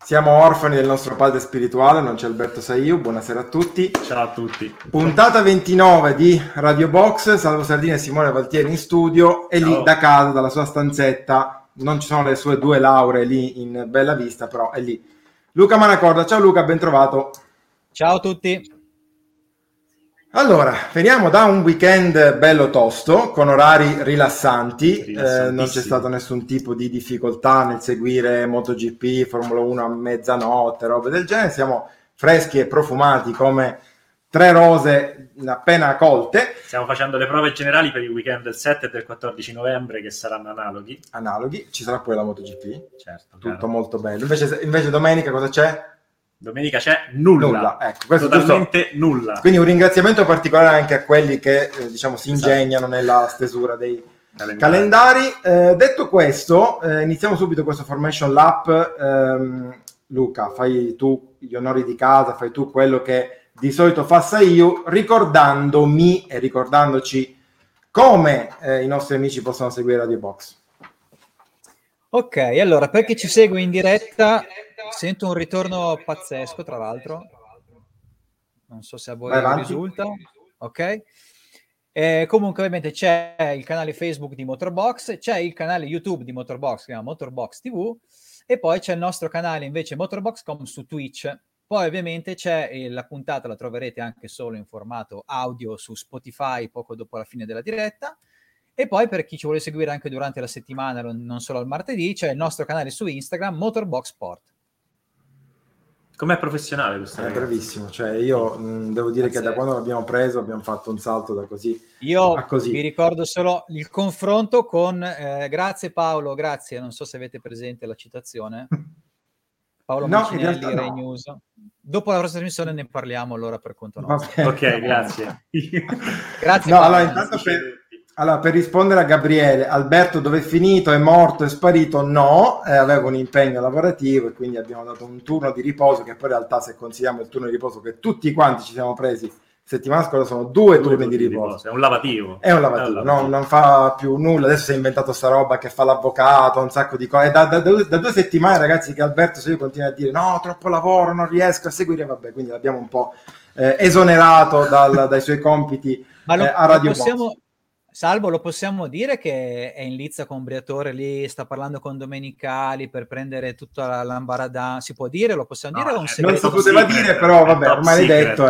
Siamo orfani del nostro padre spirituale, non c'è Alberto Saiu, buonasera a tutti. Ciao a tutti. Puntata 29 di Radio Box, Salvo Sardini e Simone Valtieri in studio e lì da casa, dalla sua stanzetta, non ci sono le sue 2 lauree lì in Bella Vista, però è lì. Luca Manacorda, ciao Luca, ben trovato. Ciao a tutti. Allora, veniamo da un weekend bello tosto, con orari rilassanti, non c'è stato nessun tipo di difficoltà nel seguire MotoGP, Formula 1 a mezzanotte, robe del genere, siamo freschi e profumati come 3 rose appena colte. Stiamo facendo le prove generali per il weekend del 7 e del 14 novembre che saranno analoghi. Ci sarà poi la MotoGP, certo, tutto chiaro. Molto bello. Invece domenica cosa c'è? Domenica c'è nulla. Ecco, questo totalmente nulla. Quindi un ringraziamento particolare anche a quelli che si ingegnano nella stesura dei calendari. Detto questo, iniziamo subito questo Formation Lap. Luca, fai tu gli onori di casa, fai tu quello che di solito fa Saiu, ricordandomi e ricordandoci come i nostri amici possono seguire Radio Box. Ok, allora, per chi ci segue in diretta, sento un ritorno pazzesco, tra l'altro. Non so se a voi risulta. Ok. Comunque, ovviamente, c'è il canale Facebook di Motorbox, c'è il canale YouTube di Motorbox, che si chiama Motorbox TV, e poi c'è il nostro canale, invece, Motorbox.com su Twitch. Poi, ovviamente, c'è la puntata, la troverete anche solo in formato audio su Spotify poco dopo la fine della diretta. E poi per chi ci vuole seguire anche durante la settimana, non solo al martedì, c'è il nostro canale su Instagram, Motorbox Sport. Com'è professionale questo? È bravissimo, cioè io devo dire che da quando l'abbiamo preso abbiamo fatto un salto da così a così. Vi ricordo solo il confronto con, grazie Paolo, grazie, non so se avete presente la citazione. Paolo Mancinelli, Rai News. Dopo la prossima trasmissione ne parliamo allora per conto nostro. Ok, grazie. Grazie. No, allora intanto per rispondere a Gabriele, Alberto dove è finito? È morto? È sparito? No, aveva un impegno lavorativo e quindi abbiamo dato un turno di riposo che poi in realtà, se consideriamo il turno di riposo che tutti quanti ci siamo presi settimana scorsa, sono 2 turni di riposo. È un lavativo. No, non fa più nulla. Adesso si è inventato sta roba che fa l'avvocato, un sacco di cose. Da 2 settimane, ragazzi, che Alberto se io continua a dire no, troppo lavoro, non riesco a seguire, vabbè, quindi l'abbiamo un po' esonerato dai suoi compiti a Radio Box. Salvo, lo possiamo dire che è in lizza con Briatore lì, sta parlando con Domenicali per prendere tutta l'ambaradà, si può dire? Lo possiamo dire? Non si poteva dire, però vabbè, ormai l'hai detto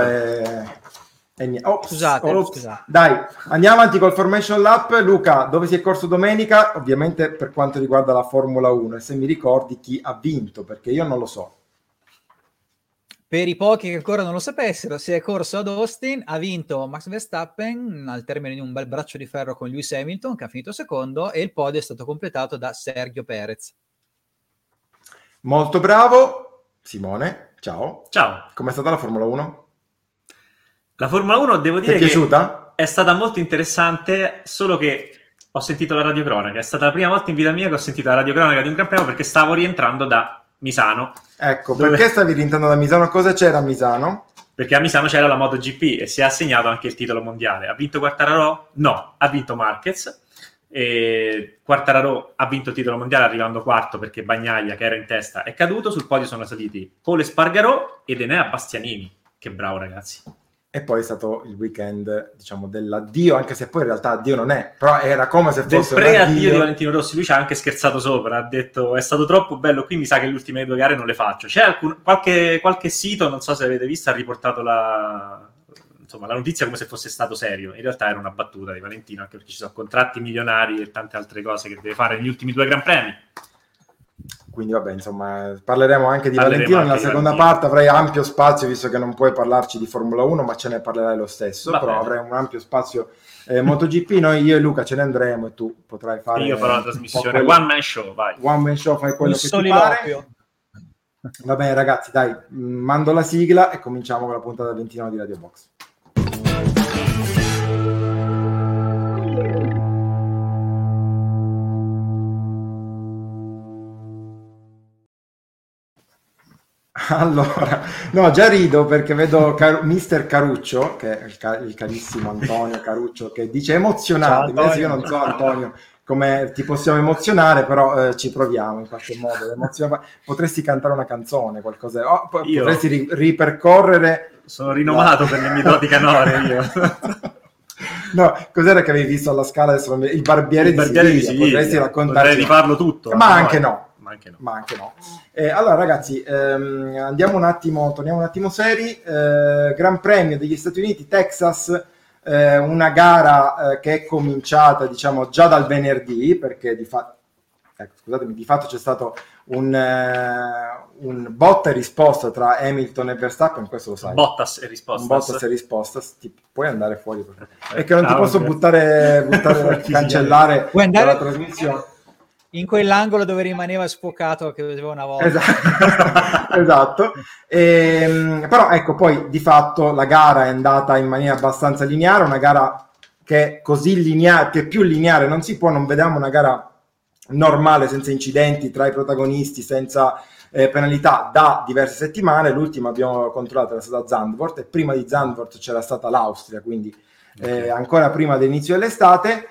Scusate. Dai, andiamo avanti col Formation Lap. Luca, dove si è corso domenica? Ovviamente per quanto riguarda la Formula 1, e se mi ricordi chi ha vinto, perché io non lo so. Per i pochi che ancora non lo sapessero, si è corso ad Austin, ha vinto Max Verstappen al termine di un bel braccio di ferro con Lewis Hamilton, che ha finito secondo, e il podio è stato completato da Sergio Perez. Molto bravo. Simone, ciao. Ciao. Com'è stata la Formula 1? La Formula 1 devo dire che è piaciuta? È stata molto interessante, solo che ho sentito la radiocronaca. È stata la prima volta in vita mia che ho sentito la radiocronaca di un Gran Premio perché stavo rientrando da Misano. Ecco, perché stavi rientrando da Misano? Cosa c'era a Misano? Perché a Misano c'era la MotoGP e si è assegnato anche il titolo mondiale. Ha vinto Quartararo? No, ha vinto Marquez. E Quartararo ha vinto il titolo mondiale arrivando quarto perché Bagnaia, che era in testa, è caduto. Sul podio sono saliti Pole Espargarò ed Enea Bastianini. Che bravo, ragazzi. E poi è stato il weekend, diciamo, dell'addio, anche se poi in realtà addio non è, però era come se fosse un pre-addio di Valentino Rossi. Lui ci ha anche scherzato sopra, ha detto è stato troppo bello, qui mi sa che le ultime 2 gare non le faccio. C'è qualche sito, non so se avete visto, ha riportato la notizia come se fosse stato serio. In realtà era una battuta di Valentino, anche perché ci sono contratti milionari e tante altre cose che deve fare negli ultimi 2 Gran Premi. Quindi vabbè, insomma, parleremo anche di Valentino nella seconda parte. Avrai ampio spazio, visto che non puoi parlarci di Formula 1, ma ce ne parlerai lo stesso. Però avrai un ampio spazio MotoGP. Io e Luca ce ne andremo e tu potrai fare. Io farò la trasmissione One Man Show, vai. One Man Show, fai quello che ti pare. Va bene, ragazzi, dai, mando la sigla e cominciamo con la puntata 29 di Radio Box. Allora, no, già rido perché vedo Mister Caruccio, che è il carissimo Antonio Caruccio, che dice emozionante. Io non so Antonio come ti possiamo emozionare, però ci proviamo in qualche modo. Potresti cantare una canzone, qualcosa, potresti ripercorrere. Sono rinomato per le mie doti canore io. No, cos'era che avevi visto alla Scala? Adesso il barbiere di Siviglia. Potresti raccontarci. Potrei rifarlo tutto. Ma anche no. Allora ragazzi, torniamo un attimo seri. Gran Premio degli Stati Uniti, Texas, una gara che è cominciata diciamo già dal venerdì, perché di fatto c'è stato un botta e risposta tra Hamilton e Verstappen, questo lo sai. Bottas e risposta. Puoi andare fuori perché non ti posso buttare cancellare dalla trasmissione. In quell'angolo dove rimaneva sfocato che aveva una volta. Esatto. Però ecco, poi di fatto la gara è andata in maniera abbastanza lineare, una gara che è così lineare, che più lineare non si può, non vediamo una gara normale senza incidenti tra i protagonisti, senza penalità da diverse settimane. L'ultima abbiamo controllato era stata Zandvoort, e prima di Zandvoort c'era stata l'Austria, quindi ancora prima dell'inizio dell'estate.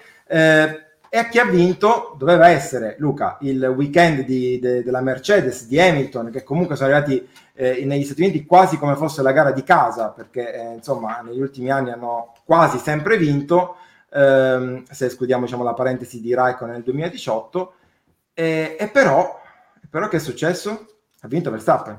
E a chi ha vinto doveva essere, Luca, il weekend della Mercedes, di Hamilton, che comunque sono arrivati negli Stati Uniti quasi come fosse la gara di casa, perché insomma negli ultimi anni hanno quasi sempre vinto, se escludiamo diciamo la parentesi di Raikkonen nel 2018, e però che è successo? Ha vinto Verstappen.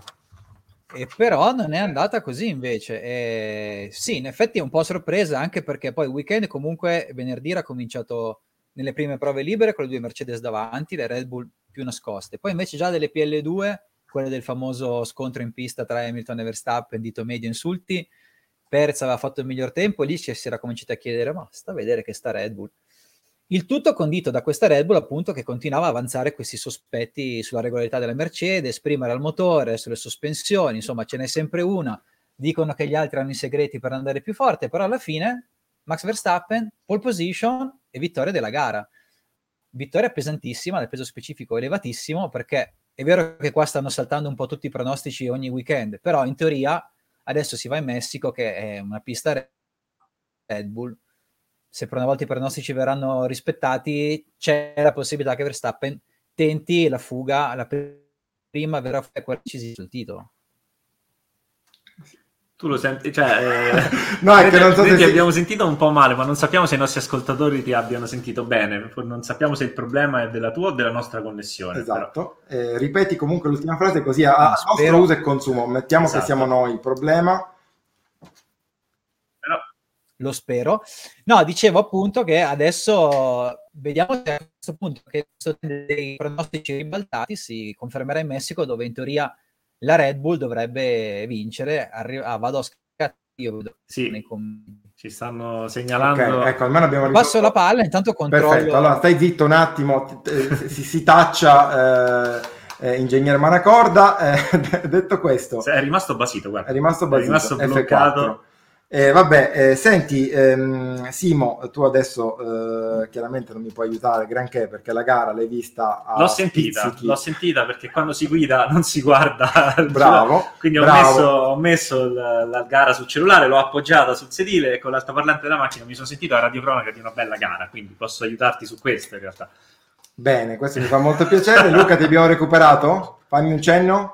E però non è andata così invece. Sì, in effetti è un po' sorpresa, anche perché poi il weekend comunque venerdì era cominciato nelle prime prove libere con le due Mercedes davanti, le Red Bull più nascoste. Poi invece già delle PL2, quelle del famoso scontro in pista tra Hamilton e Verstappen, dito medio insulti, Perez aveva fatto il miglior tempo, e lì si era cominciato a chiedere, ma sta a vedere che sta Red Bull. Il tutto condito da questa Red Bull, appunto, che continuava a avanzare questi sospetti sulla regolarità della Mercedes, prima era il motore, sulle sospensioni, insomma ce n'è sempre una, dicono che gli altri hanno i segreti per andare più forte, però alla fine Max Verstappen, pole position e vittoria della gara. Vittoria pesantissima, del peso specifico elevatissimo, perché è vero che qua stanno saltando un po' tutti i pronostici ogni weekend, però in teoria adesso si va in Messico, che è una pista Red Bull. Se per una volta i pronostici verranno rispettati, c'è la possibilità che Verstappen tenti la fuga, la prima vera fuga, quella decisiva sul titolo. Tu lo senti, cioè no, è che non so se ti abbiamo sentito un po' male, ma non sappiamo se i nostri ascoltatori ti abbiano sentito bene, non sappiamo se il problema è della tua o della nostra connessione. Esatto, ripeti comunque l'ultima frase così a nostro uso e consumo, mettiamo esatto. Che siamo noi il problema. Lo spero. No, dicevo appunto che adesso vediamo se a questo punto che dei pronostici ribaltati si confermerà in Messico, dove in teoria la Red Bull dovrebbe vincere. Vado a scattare io. Sì, ci stanno segnalando. Okay, ecco, almeno abbiamo passo la palla, intanto controllo. Perfetto, allora stai zitto un attimo, si taccia Ingegner Manacorda. Detto questo, è rimasto basito, guarda. È rimasto bloccato. Senti, Simo, tu adesso chiaramente non mi puoi aiutare granché, perché la gara l'hai vista a L'ho sentita perché quando si guida non si guarda. Bravo. Quindi ho messo la gara sul cellulare, l'ho appoggiata sul sedile e con l'altoparlante della macchina mi sono sentito la radiocronaca di una bella gara, quindi posso aiutarti su questo in realtà. Bene, questo mi fa molto piacere. Luca, ti abbiamo recuperato? Fammi un cenno.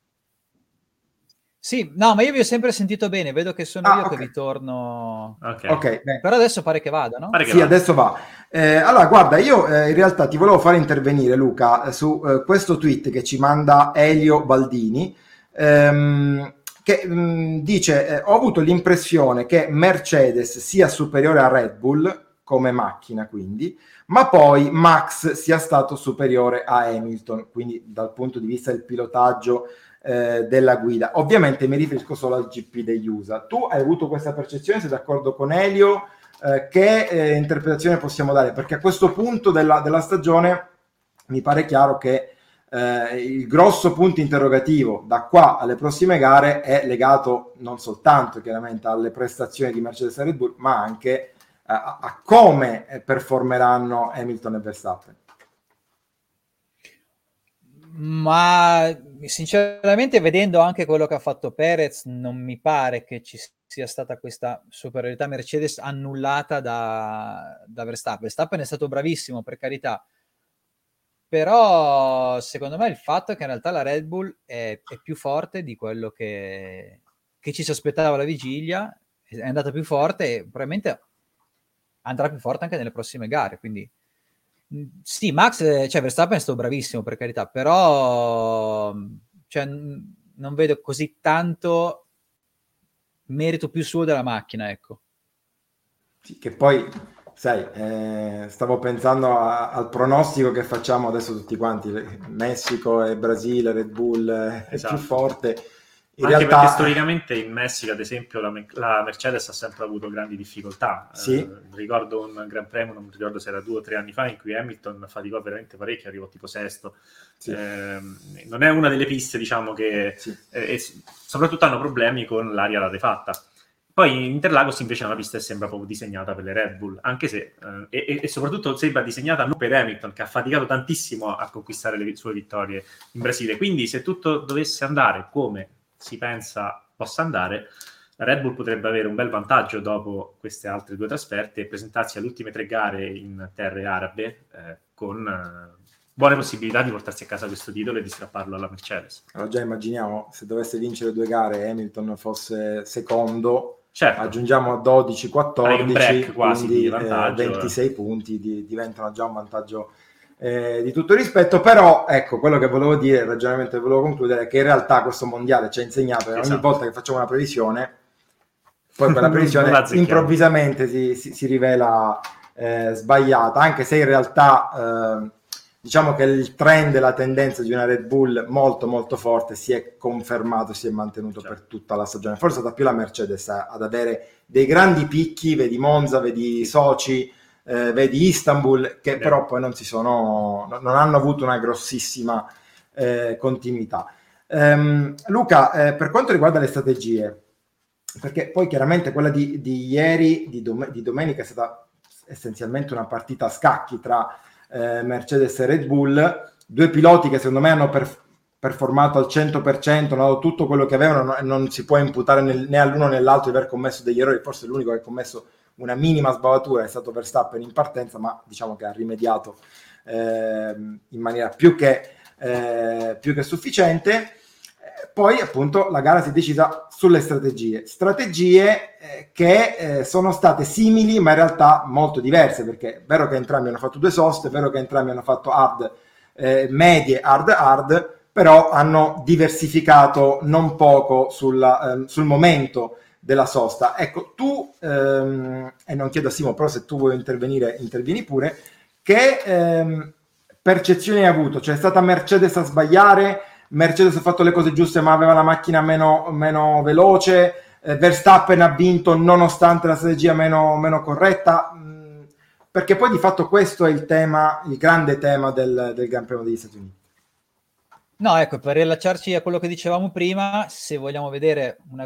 Sì, no, ma io vi ho sempre sentito bene, vedo che sono io che ritorno. Ok, però adesso pare che vada, no? Sì, adesso va. Allora, guarda, io in realtà ti volevo fare intervenire, Luca, su questo tweet che ci manda Elio Baldini, che dice: ho avuto l'impressione che Mercedes sia superiore a Red Bull come macchina, quindi, ma poi Max sia stato superiore a Hamilton, quindi dal punto di vista del pilotaggio della guida. Ovviamente mi riferisco solo al GP degli USA. Tu hai avuto questa percezione? Sei d'accordo con Elio? Che interpretazione possiamo dare? Perché a questo punto della stagione mi pare chiaro che il grosso punto interrogativo da qua alle prossime gare è legato non soltanto chiaramente alle prestazioni di Mercedes e Red Bull, ma anche a come performeranno Hamilton e Verstappen. Ma sinceramente, vedendo anche quello che ha fatto Perez, non mi pare che ci sia stata questa superiorità Mercedes annullata da Verstappen. Verstappen è stato bravissimo, per carità, però secondo me il fatto è che in realtà la Red Bull è più forte di quello che ci si aspettava alla vigilia, è andata più forte e probabilmente andrà più forte anche nelle prossime gare, quindi sì, Max, cioè Verstappen è stato bravissimo, per carità, però cioè, non vedo così tanto merito più suo della macchina, ecco. Sì, che poi, sai, stavo pensando al pronostico che facciamo adesso tutti quanti, Messico e Brasile, Red Bull è Esatto. più forte. In anche realtà, perché storicamente in Messico, ad esempio, la Mercedes ha sempre avuto grandi difficoltà. Sì. Ricordo un Gran Premio, non ricordo se era 2 o 3 anni fa, in cui Hamilton faticò veramente parecchio, arrivò tipo sesto. Sì. Non è una delle piste, diciamo, che sì. Soprattutto hanno problemi con l'aria rarefatta. Poi Interlagos invece è una pista che sembra proprio disegnata per le Red Bull, anche se e soprattutto sembra disegnata non per Hamilton, che ha faticato tantissimo a conquistare le sue vittorie in Brasile. Quindi se tutto dovesse andare come si pensa possa andare, Red Bull potrebbe avere un bel vantaggio dopo queste altre 2 trasferte e presentarsi alle ultime 3 gare in terre arabe con buone possibilità di portarsi a casa questo titolo e di strapparlo alla Mercedes. Allora già immaginiamo, se dovesse vincere 2 gare e Hamilton fosse secondo, certo, aggiungiamo a 12-14, quasi quindi di vantaggio, 26 punti diventano già un vantaggio di tutto rispetto. Però ecco, quello che volevo dire, il ragionamento che volevo concludere è che in realtà questo mondiale ci ha insegnato che ogni volta che facciamo una previsione, poi quella previsione improvvisamente si rivela sbagliata, anche se in realtà diciamo che il trend e la tendenza di una Red Bull molto molto forte si è confermato, si è mantenuto per tutta la stagione. Forse è stata più la Mercedes ad avere dei grandi picchi, vedi Monza, vedi Sochi, vedi Istanbul, che però poi non hanno avuto una grossissima continuità. Luca, per quanto riguarda le strategie, perché poi chiaramente quella di ieri, di domenica, è stata essenzialmente una partita a scacchi tra Mercedes e Red Bull, 2 piloti che secondo me hanno performato al 100%, hanno dato tutto quello che avevano, non si può imputare né all'uno né all'altro di aver commesso degli errori. Forse l'unico che ha commesso una minima sbavatura è stato Verstappen in partenza, ma diciamo che ha rimediato in maniera più che sufficiente. Poi appunto la gara si è decisa sulle strategie che sono state simili ma in realtà molto diverse, perché è vero che entrambi hanno fatto 2 soste, è vero che entrambi hanno fatto hard, medie, hard, però hanno diversificato non poco sul momento della sosta. Ecco, tu, e non chiedo a Simo, però se tu vuoi intervenire, intervieni pure, che percezioni hai avuto? Cioè è stata Mercedes a sbagliare? Mercedes ha fatto le cose giuste ma aveva la macchina meno veloce, Verstappen ha vinto nonostante la strategia meno corretta, perché poi di fatto questo è il grande tema del Gran Premio degli Stati Uniti. No, ecco, per rilacciarci a quello che dicevamo prima, se vogliamo vedere un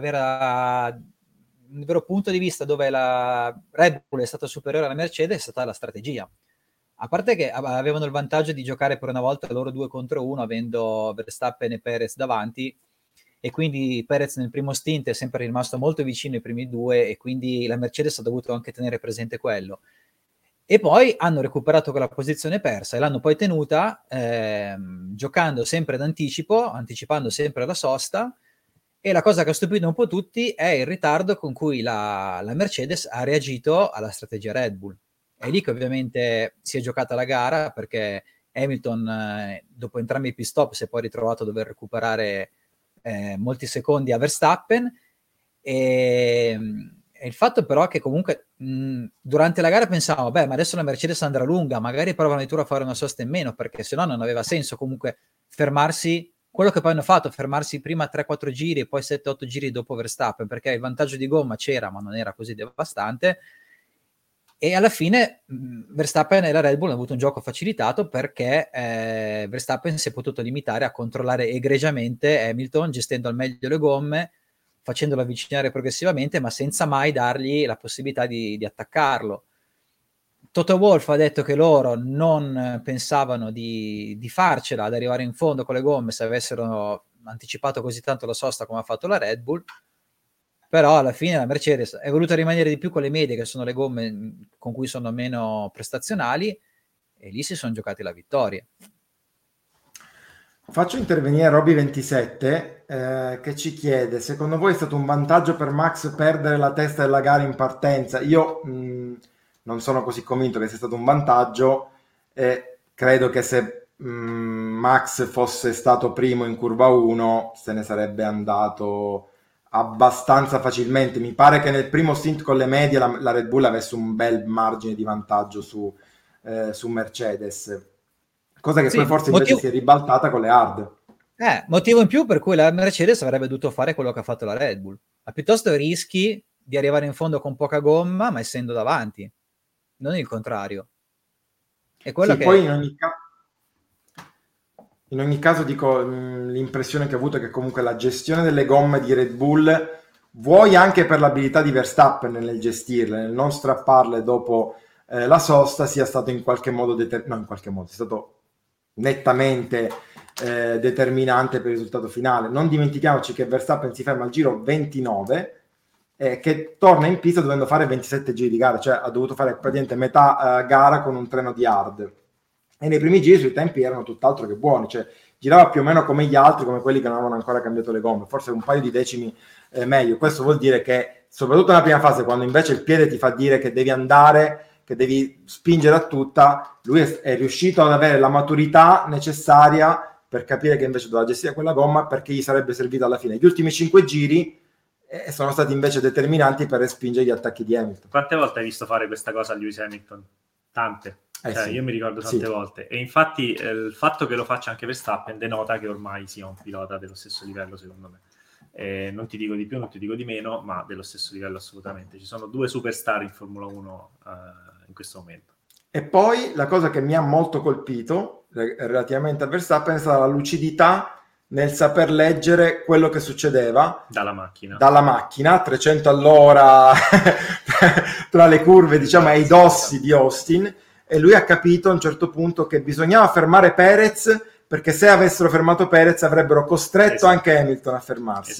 vero punto di vista dove la Red Bull è stata superiore alla Mercedes, è stata la strategia. A parte che avevano il vantaggio di giocare per una volta loro 2 contro 1, avendo Verstappen e Perez davanti, e quindi Perez nel primo stint è sempre rimasto molto vicino ai primi 2 e quindi la Mercedes ha dovuto anche tenere presente quello. E poi hanno recuperato quella posizione persa e l'hanno poi tenuta giocando sempre d'anticipo, anticipando sempre la sosta, e la cosa che ha stupito un po' tutti è il ritardo con cui la Mercedes ha reagito alla strategia Red Bull. È lì che ovviamente si è giocata la gara, perché Hamilton dopo entrambi i pit stop si è poi ritrovato a dover recuperare molti secondi a Verstappen, e il fatto però è che comunque durante la gara pensavamo, ma adesso la Mercedes andrà lunga, magari provano addirittura a fare una sosta in meno, perché sennò non aveva senso comunque fermarsi, quello che poi hanno fatto, fermarsi prima 3-4 giri e poi 7-8 giri dopo Verstappen, perché il vantaggio di gomma c'era ma non era così devastante. E alla fine Verstappen e la Red Bull hanno avuto un gioco facilitato, perché Verstappen si è potuto limitare a controllare egregiamente Hamilton, gestendo al meglio le gomme, facendolo avvicinare progressivamente, ma senza mai dargli la possibilità di attaccarlo. Toto Wolff ha detto che loro non pensavano di farcela ad arrivare in fondo con le gomme se avessero anticipato così tanto la sosta come ha fatto la Red Bull. Però alla fine la Mercedes è voluta rimanere di più con le medie, che sono le gomme con cui sono meno prestazionali, e lì si sono giocati la vittoria. Faccio intervenire Roby27 che ci chiede: secondo voi è stato un vantaggio per Max perdere la testa della gara in partenza? Io non sono così convinto che sia stato un vantaggio, credo che se Max fosse stato primo in curva 1 se ne sarebbe andato abbastanza facilmente. Mi pare che nel primo stint con le medie la Red Bull avesse un bel margine di vantaggio su Mercedes, cosa che poi forse invece si è ribaltata con le hard. Motivo in più per cui la Mercedes avrebbe dovuto fare quello che ha fatto la Red Bull, ma piuttosto rischi di arrivare in fondo con poca gomma ma essendo davanti, non il contrario. È quello sì, che poi in ogni caso dico, l'impressione che ho avuto è che comunque la gestione delle gomme di Red Bull, vuoi anche per l'abilità di Verstappen nel gestirle, nel non strapparle dopo la sosta, sia stato in qualche modo è stato nettamente determinante per il risultato finale. Non dimentichiamoci che Verstappen si ferma al giro 29 che torna in pista dovendo fare 27 giri di gara, cioè ha dovuto fare praticamente metà gara con un treno di hard, e nei primi giri sui tempi erano tutt'altro che buoni, cioè girava più o meno come gli altri, come quelli che non avevano ancora cambiato le gomme, forse un paio di decimi meglio. Questo vuol dire che soprattutto nella prima fase, quando invece il piede ti fa dire che devi andare, che devi spingere a tutta, lui è riuscito ad avere la maturità necessaria per capire che invece doveva gestire quella gomma, perché gli sarebbe servita alla fine. Gli ultimi 5 giri sono stati invece determinanti per respingere gli attacchi di Hamilton. Quante volte hai visto fare questa cosa a Lewis Hamilton? Tante. Sì. Io mi ricordo tante volte, e infatti il fatto che lo faccia anche Verstappen denota che ormai sia un pilota dello stesso livello, secondo me. Non ti dico di più, non ti dico di meno, ma dello stesso livello assolutamente. Ci sono 2 superstar in Formula 1 in questo momento. E poi la cosa che mi ha molto colpito relativamente a Verstappen è stata la lucidità nel saper leggere quello che succedeva dalla macchina 300 all'ora tra le curve, diciamo, ai dossi di Austin, e lui ha capito a un certo punto che bisognava fermare Perez, perché se avessero fermato Perez avrebbero costretto anche Hamilton a fermarsi.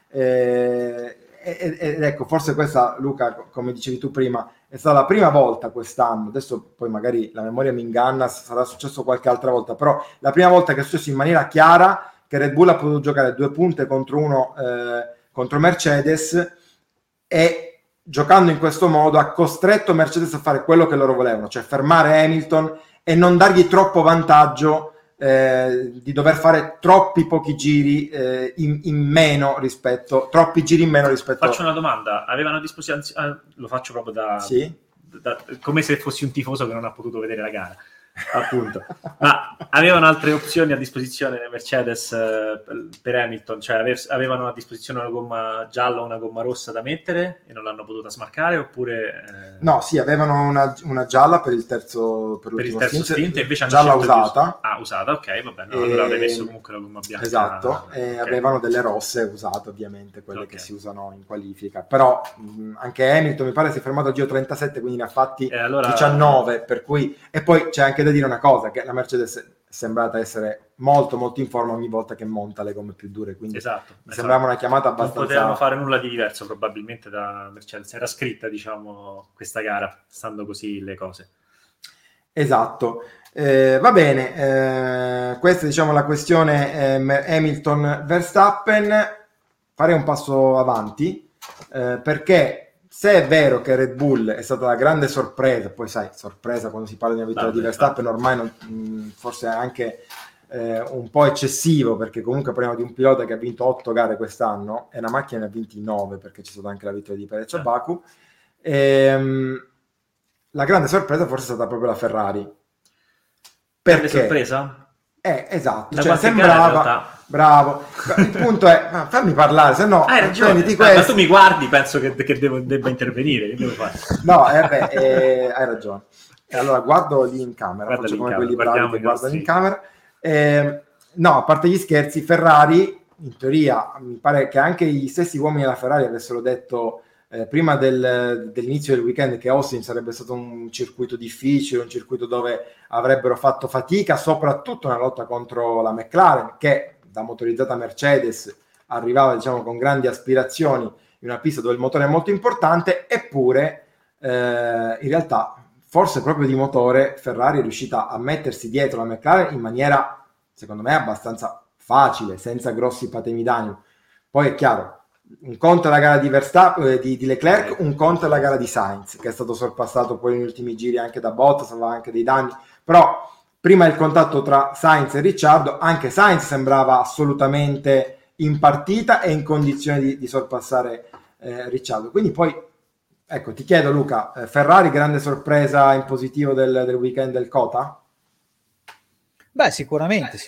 Ed ecco, forse questa, Luca, come dicevi tu prima, è stata la prima volta quest'anno, adesso poi magari la memoria mi inganna, sarà successo qualche altra volta, però la prima volta che è successo in maniera chiara che Red Bull ha potuto giocare 2 punte contro Mercedes, e giocando in questo modo ha costretto Mercedes a fare quello che loro volevano, cioè fermare Hamilton e non dargli troppo vantaggio di dover fare troppi giri in meno rispetto. Faccio una domanda: avevano a disposizione, lo faccio proprio come se fossi un tifoso che non ha potuto vedere la gara, appunto, ma avevano altre opzioni a disposizione le Mercedes per Hamilton, cioè avevano a disposizione una gomma gialla o una gomma rossa da mettere e non l'hanno potuta smarcare, oppure no, sì, avevano una gialla per il terzo stint, e invece gialla usata. Usata, ok, va bene, allora avrei messo comunque la gomma bianca, esatto, e avevano delle rosse usate, ovviamente, quelle che si usano in qualifica, però anche Hamilton mi pare si è fermato al giro 37, quindi ne ha fatti 19, per cui, e poi c'è anche da dire una cosa, che la Mercedes è sembrata essere molto molto in forma ogni volta che monta le gomme più dure, quindi mi sembrava una chiamata abbastanza... Non potevano fare nulla di diverso probabilmente da Mercedes, era scritta, diciamo, questa gara, stando così le cose. Esatto, va bene, questa è, diciamo, la questione Hamilton-Verstappen. Farei un passo avanti, perché se è vero che Red Bull è stata la grande sorpresa, poi sai, sorpresa quando si parla di una vittoria di Verstappen ormai forse è anche un po' eccessivo, perché comunque parliamo di un pilota che ha vinto 8 gare quest'anno e una macchina ne ha vinti 9, perché c'è stata anche la vittoria di Perez a Baku. La grande sorpresa forse è stata proprio la Ferrari. Perché? Grande sorpresa? Esatto, cioè sembrava... Bravo, il punto è, fammi parlare, se no hai ragione, ma tu mi guardi, penso che debba intervenire, che devo fare? No, hai ragione. E allora guardo lì in camera, faccio come quelli bravi che guardano in camera. No, a parte gli scherzi, Ferrari, in teoria, mi pare che anche gli stessi uomini della Ferrari avessero detto prima dell'inizio del weekend che Austin sarebbe stato un circuito difficile, un circuito dove avrebbero fatto fatica, soprattutto nella lotta contro la McLaren, che da motorizzata Mercedes arrivava, diciamo, con grandi aspirazioni in in una pista dove il motore è molto importante, eppure in realtà forse proprio di motore Ferrari è riuscita a mettersi dietro la McLaren in maniera, secondo me, abbastanza facile, senza grossi patemi d'animo. Poi è chiaro, un conto è la gara di Verstappen, di Leclerc, un conto è la gara di Sainz, che è stato sorpassato poi negli ultimi giri anche da Bottas, aveva anche dei danni, però prima il contatto tra Sainz e Ricciardo, anche Sainz sembrava assolutamente in partita e in condizione di sorpassare Ricciardo. Quindi poi, ecco, ti chiedo Luca, Ferrari grande sorpresa in positivo del weekend del COTA? Beh, sicuramente.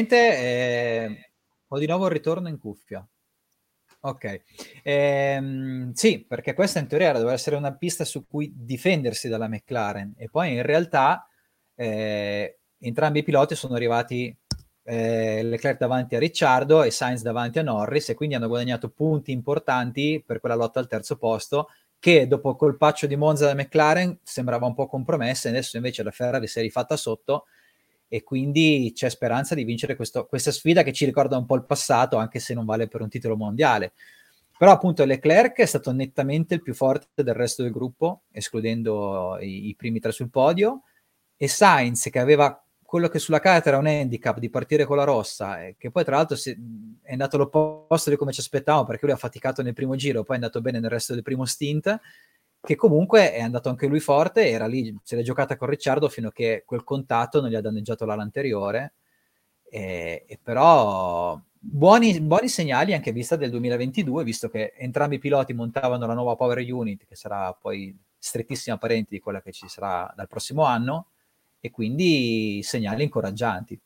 Ho di nuovo il ritorno in cuffia. Ok. Sì, perché questa in teoria doveva essere una pista su cui difendersi dalla McLaren, e poi in realtà entrambi i piloti sono arrivati, Leclerc davanti a Ricciardo e Sainz davanti a Norris, e quindi hanno guadagnato punti importanti per quella lotta al terzo posto, che dopo il colpaccio di Monza da McLaren sembrava un po' compromessa, e adesso invece la Ferrari si è rifatta sotto, e quindi c'è speranza di vincere questa sfida che ci ricorda un po' il passato, anche se non vale per un titolo mondiale. Però appunto Leclerc è stato nettamente il più forte del resto del gruppo, escludendo i primi tre sul podio, e Sainz, che aveva quello che sulla carta era un handicap di partire con la rossa, che poi tra l'altro è andato all'opposto di come ci aspettavamo, perché lui ha faticato nel primo giro, poi è andato bene nel resto del primo stint, che comunque è andato anche lui forte, era lì, se l'è giocata con Ricciardo fino a che quel contatto non gli ha danneggiato l'ala anteriore, e però buoni segnali anche a vista del 2022, visto che entrambi i piloti montavano la nuova Power Unit, che sarà poi strettissima parente di quella che ci sarà dal prossimo anno, e quindi segnali incoraggianti.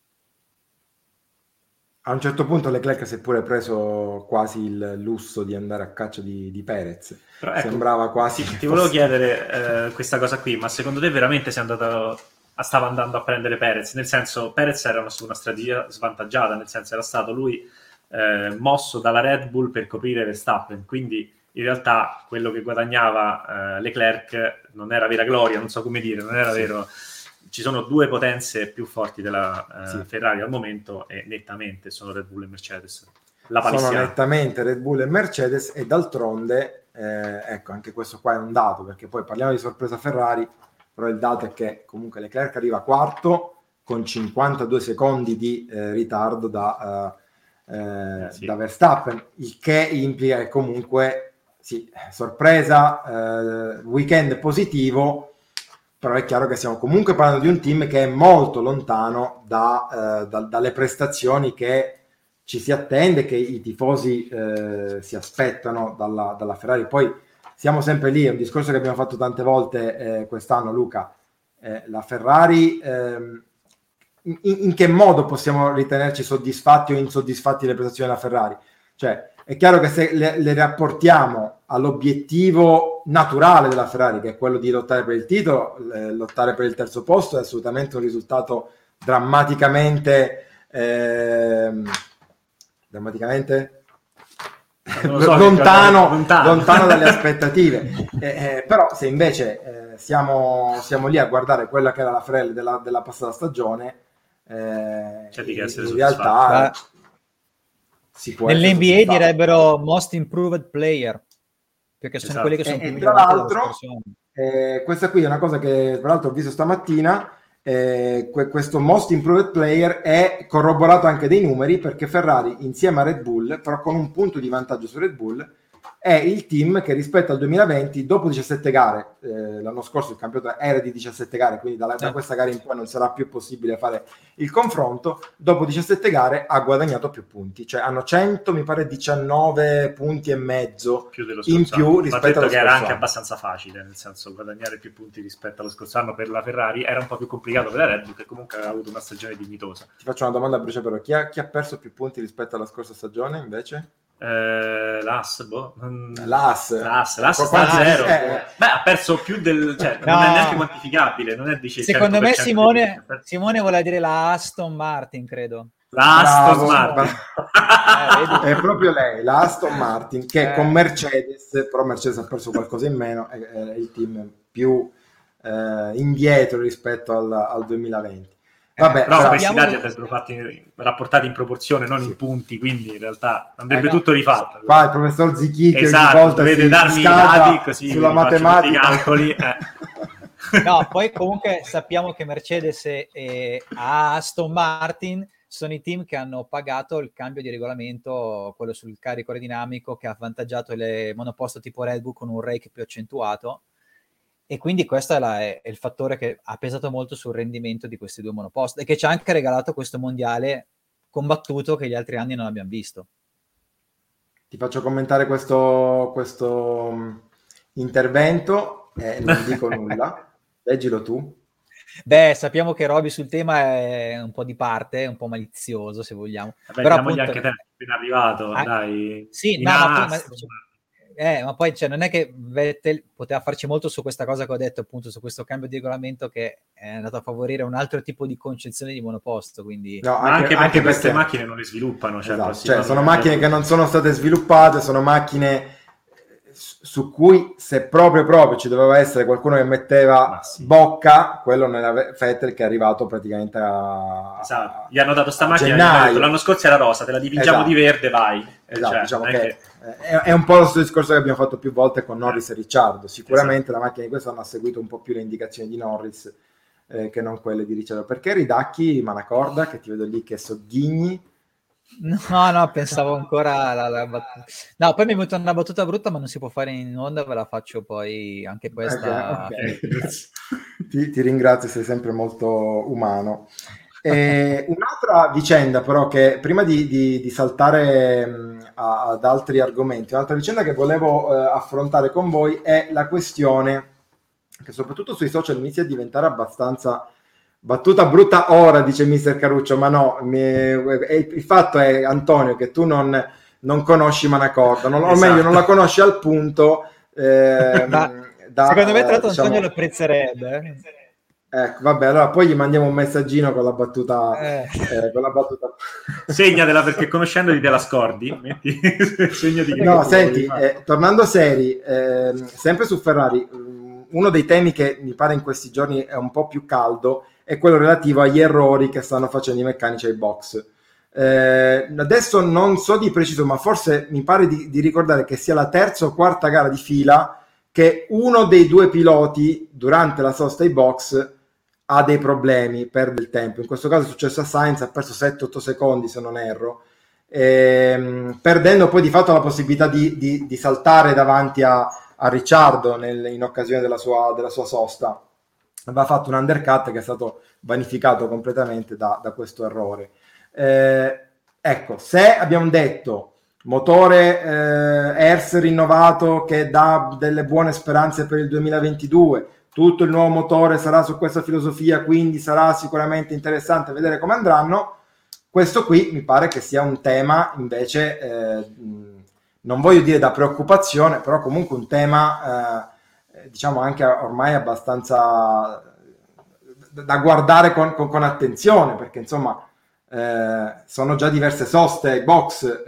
A un certo punto Leclerc si è pure preso quasi il lusso di andare a caccia di Perez. Però ecco, sembrava quasi... Ti volevo chiedere questa cosa qui, ma secondo te veramente stava andando a prendere Perez? Nel senso, Perez era su una strategia svantaggiata, nel senso era stato lui mosso dalla Red Bull per coprire Verstappen, quindi in realtà quello che guadagnava Leclerc non era vera gloria, non so come dire, non era vero... Ci sono due potenze più forti della Ferrari al momento, e nettamente sono Red Bull e Mercedes. Sono nettamente Red Bull e Mercedes, e d'altronde, ecco, anche questo qua è un dato, perché poi parliamo di sorpresa Ferrari, però il dato è che comunque Leclerc arriva quarto con 52 secondi di ritardo da Verstappen, il che implica che comunque, sorpresa, weekend positivo, però è chiaro che stiamo comunque parlando di un team che è molto lontano dalle prestazioni che ci si attende, che i tifosi si aspettano dalla Ferrari. Poi siamo sempre lì, è un discorso che abbiamo fatto tante volte quest'anno, Luca. La Ferrari, in che modo possiamo ritenerci soddisfatti o insoddisfatti delle prestazioni della Ferrari? Cioè, è chiaro che se le rapportiamo all'obiettivo naturale della Ferrari, che è quello di lottare per il titolo, lottare per il terzo posto, è assolutamente un risultato drammaticamente lontano dalle aspettative. Però se invece siamo lì a guardare quella che era la Ferrari della passata stagione, in realtà nell'NBA direbbero most improved player, perché sono quelli che sono più tra l'altro questa qui è una cosa che tra l'altro ho visto stamattina, questo most improved player è corroborato anche dei numeri, perché Ferrari insieme a Red Bull, però con un punto di vantaggio su Red Bull, è il team che rispetto al 2020, dopo 17 gare, l'anno scorso il campionato era di 17 gare, quindi da questa gara in poi non sarà più possibile fare il confronto, dopo 17 gare ha guadagnato più punti, cioè hanno 19 punti e mezzo più dello in più rispetto allo scorso era anche anno. Abbastanza facile, nel senso, guadagnare più punti rispetto allo scorso anno per la Ferrari era un po' più complicato per la Red Bull, che comunque ha avuto una stagione dignitosa. Ti faccio una domanda a bruciapelo, chi ha perso più punti rispetto alla scorsa stagione invece? L'Haas sta a zero. Beh, ha perso più del, cioè, No. non è neanche quantificabile, non è Secondo me Simone vuole dire la Aston Martin, credo. La Aston Martin. È proprio lei, la Aston Martin, che con Mercedes, però Mercedes ha perso qualcosa in meno, è il team più indietro rispetto al 2020. Vabbè, però questi dati andrebbero rapportati in proporzione, non in punti, quindi in realtà andrebbe tutto rifatto. Qua il professor Zichichi esatto, ogni volta dovete darmi i dati così sulla matematica, i calcoli. No, poi comunque sappiamo che Mercedes e Aston Martin sono i team che hanno pagato il cambio di regolamento, quello sul carico aerodinamico, che ha avvantaggiato le monoposto tipo Red Bull con un rake più accentuato, e quindi questo è il fattore che ha pesato molto sul rendimento di questi due monoposto e che ci ha anche regalato questo mondiale combattuto che gli altri anni non abbiamo visto. Ti faccio commentare questo intervento, non dico nulla, leggilo tu. Beh, sappiamo che Roby sul tema è un po' di parte, è un po' malizioso se vogliamo. Vabbè, però appunto, anche te, appena arrivato, dai. Sì, no, ma poi cioè, non è che Vettel poteva farci molto su questa cosa che ho detto, appunto, su questo cambio di regolamento che è andato a favorire un altro tipo di concezione di monoposto. Quindi... No, anche perché queste macchine non le sviluppano. Cioè, sono macchine che non sono state sviluppate, sono macchine su cui se proprio ci doveva essere qualcuno che metteva bocca, quello nella Vettel, che è arrivato praticamente esatto. Gli hanno dato sta macchina, gennaio. L'anno scorso era rosa, te la dipingiamo di verde, vai. Esatto, diciamo che è un po' lo stesso discorso che abbiamo fatto più volte con Norris e Ricciardo. Sicuramente la macchina di quest'anno ha seguito un po' più le indicazioni di Norris che non quelle di Ricciardo. Perché ridacchi Manacorda, che ti vedo lì che sogghigni? No, pensavo ancora la battuta. No, poi mi è venuta una battuta brutta, ma non si può fare in onda, ve la faccio poi anche questa. Okay. ti ringrazio, sei sempre molto umano. Un'altra vicenda però, che prima di saltare ad altri argomenti, un'altra vicenda che volevo affrontare con voi è la questione che soprattutto sui social inizia a diventare abbastanza battuta brutta ora, dice mister Caruccio, ma no, il fatto è, Antonio, che tu non conosci Manacorda, o meglio non la conosci al punto secondo me tra l'altro Antonio lo apprezzerebbe. Ecco, vabbè, allora poi gli mandiamo un messaggino con la battuta. Segnatela, perché conoscendoti te la scordi. No, senti, tornando seri, sempre su Ferrari, uno dei temi che mi pare in questi giorni è un po' più caldo è quello relativo agli errori che stanno facendo i meccanici ai box. Adesso non so di preciso, ma forse mi pare di ricordare che sia la terza o quarta gara di fila che uno dei due piloti durante la sosta ai box ha dei problemi, perde il tempo. In questo caso è successo a Sainz, ha perso 7-8 secondi se non erro, perdendo poi di fatto la possibilità di saltare davanti a Ricciardo in occasione della sua sosta. Aveva fatto un undercut che è stato vanificato completamente da questo errore. Ecco, se abbiamo detto motore ERS rinnovato che dà delle buone speranze per il 2022, tutto il nuovo motore sarà su questa filosofia, quindi sarà sicuramente interessante vedere come andranno, questo qui mi pare che sia un tema invece non voglio dire da preoccupazione, però comunque un tema diciamo anche ormai abbastanza da guardare con attenzione, perché insomma sono già diverse soste ai box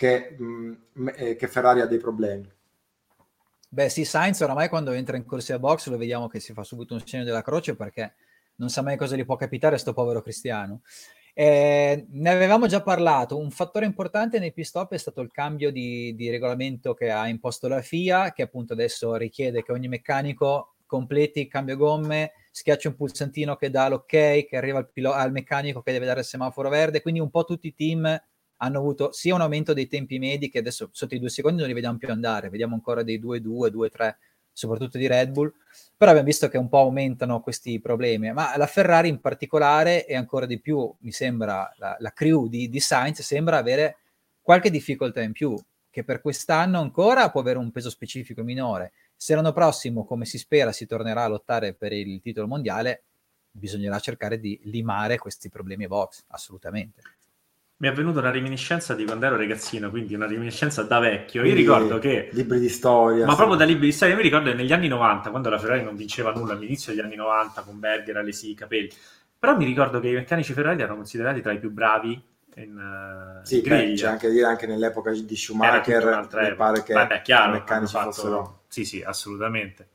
che Ferrari ha dei problemi. Beh sì, Sainz oramai quando entra in corsia box lo vediamo che si fa subito un segno della croce, perché non sa mai cosa gli può capitare a sto povero Cristiano. Ne avevamo già parlato. Un fattore importante nei pit stop è stato il cambio di regolamento che ha imposto la FIA, che appunto adesso richiede che ogni meccanico completi il cambio gomme, schiaccia un pulsantino che dà l'ok, che arriva al meccanico che deve dare il semaforo verde. Quindi un po' tutti i team hanno avuto sia un aumento dei tempi medi, che adesso sotto i 2 secondi non li vediamo più andare, vediamo ancora dei 2-2, 2-3, soprattutto di Red Bull, però abbiamo visto che un po' aumentano questi problemi. Ma la Ferrari in particolare, e ancora di più mi sembra la crew di Sainz, sembra avere qualche difficoltà in più, che per quest'anno ancora può avere un peso specifico minore. Se l'anno prossimo, come si spera, si tornerà a lottare per il titolo mondiale, bisognerà cercare di limare questi problemi box, assolutamente. Mi è venuta una reminiscenza di quando ero ragazzino, quindi una reminiscenza da vecchio. Io ricordo che... Libri di storia. Ma proprio da libri di storia. Io mi ricordo che negli anni 90, quando la Ferrari non vinceva nulla, all'inizio degli anni 90, con Berger, Alesi, Capelli. Però mi ricordo che i meccanici Ferrari erano considerati tra i più bravi in griglia. C'è anche dire anche nell'epoca di Schumacher, mi pare che vabbè, chiaro, i meccanici fossero... Sì, assolutamente.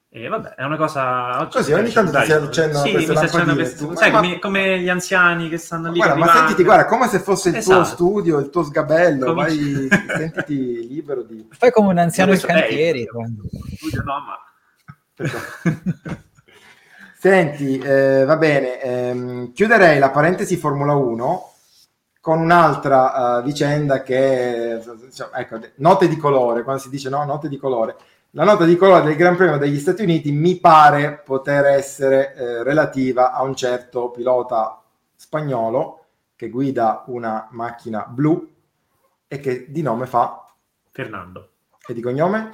E vabbè, è una cosa... Così ogni tanto si accendono queste lampadine. Sai, come gli anziani che stanno lì. Guarda, ma sentiti, guarda, come se fosse il tuo studio, il tuo sgabello, vai, sentiti libero di... Fai come un anziano in cantieri. Studio no, ma... Senti, va bene, chiuderei la parentesi Formula 1 con un'altra vicenda che, ecco, note di colore, quando si dice no, note di colore. La nota di colore del Gran Premio degli Stati Uniti mi pare poter essere relativa a un certo pilota spagnolo che guida una macchina blu e che di nome fa Fernando. E di cognome?